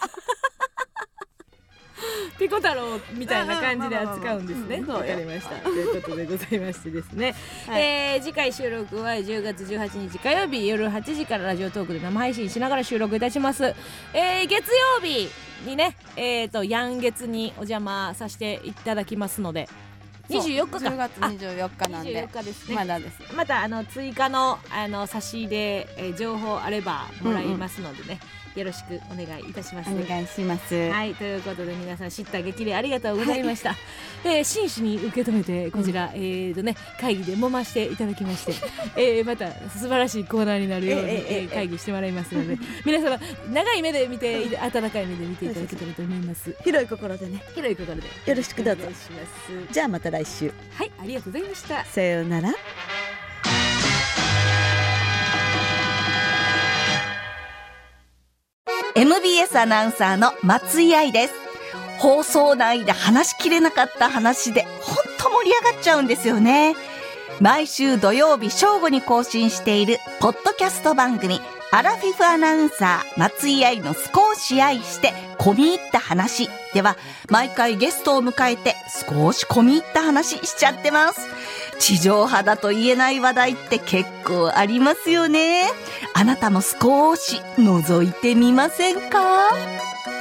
ピコ太郎みたいな感じで扱うんですね。わかりましたということでございましてですね、はい、えー、次回収録はじゅうがつじゅうはちにち火曜日夜はちじからラジオトークで生配信しながら収録いたします。えー、月曜日にね、えーとヤン月にお邪魔させていただきますのでにじゅうよっかかじゅうがつにじゅうよっかなんでにじゅうよっかですね。 まだです。 またあの追加のあの差し入れ、えー、情報あればもらいますのでね、うんうん、よろしくお願いいたします。 お願いします。 はい、ということで皆さん知った激励ありがとうございました、はい、えー、真摯に受け止めてこちら、うん、えーとね会議で揉ましていただきまして、えー、また素晴らしいコーナーになるように、えーえー、会議してもらいますので皆様長い目で見て温かい目で見ていただけたらと思います。 広い心でね、 広い心でよろしくどうぞお願いします。 じゃあまた来週。 はい、ありがとうございました。 さようなら。 エムビーエス アナウンサーの松井愛です。放送内で話しきれなかった話でほんと盛り上がっちゃうんですよね。毎週土曜日正午に更新しているポッドキャスト番組アラフィフアナウンサー松井愛の少し愛して込み入った話では毎回ゲストを迎えて少し込み入った話しちゃってます。地上波だと言えない話題って結構ありますよね。あなたも少し覗いてみませんか？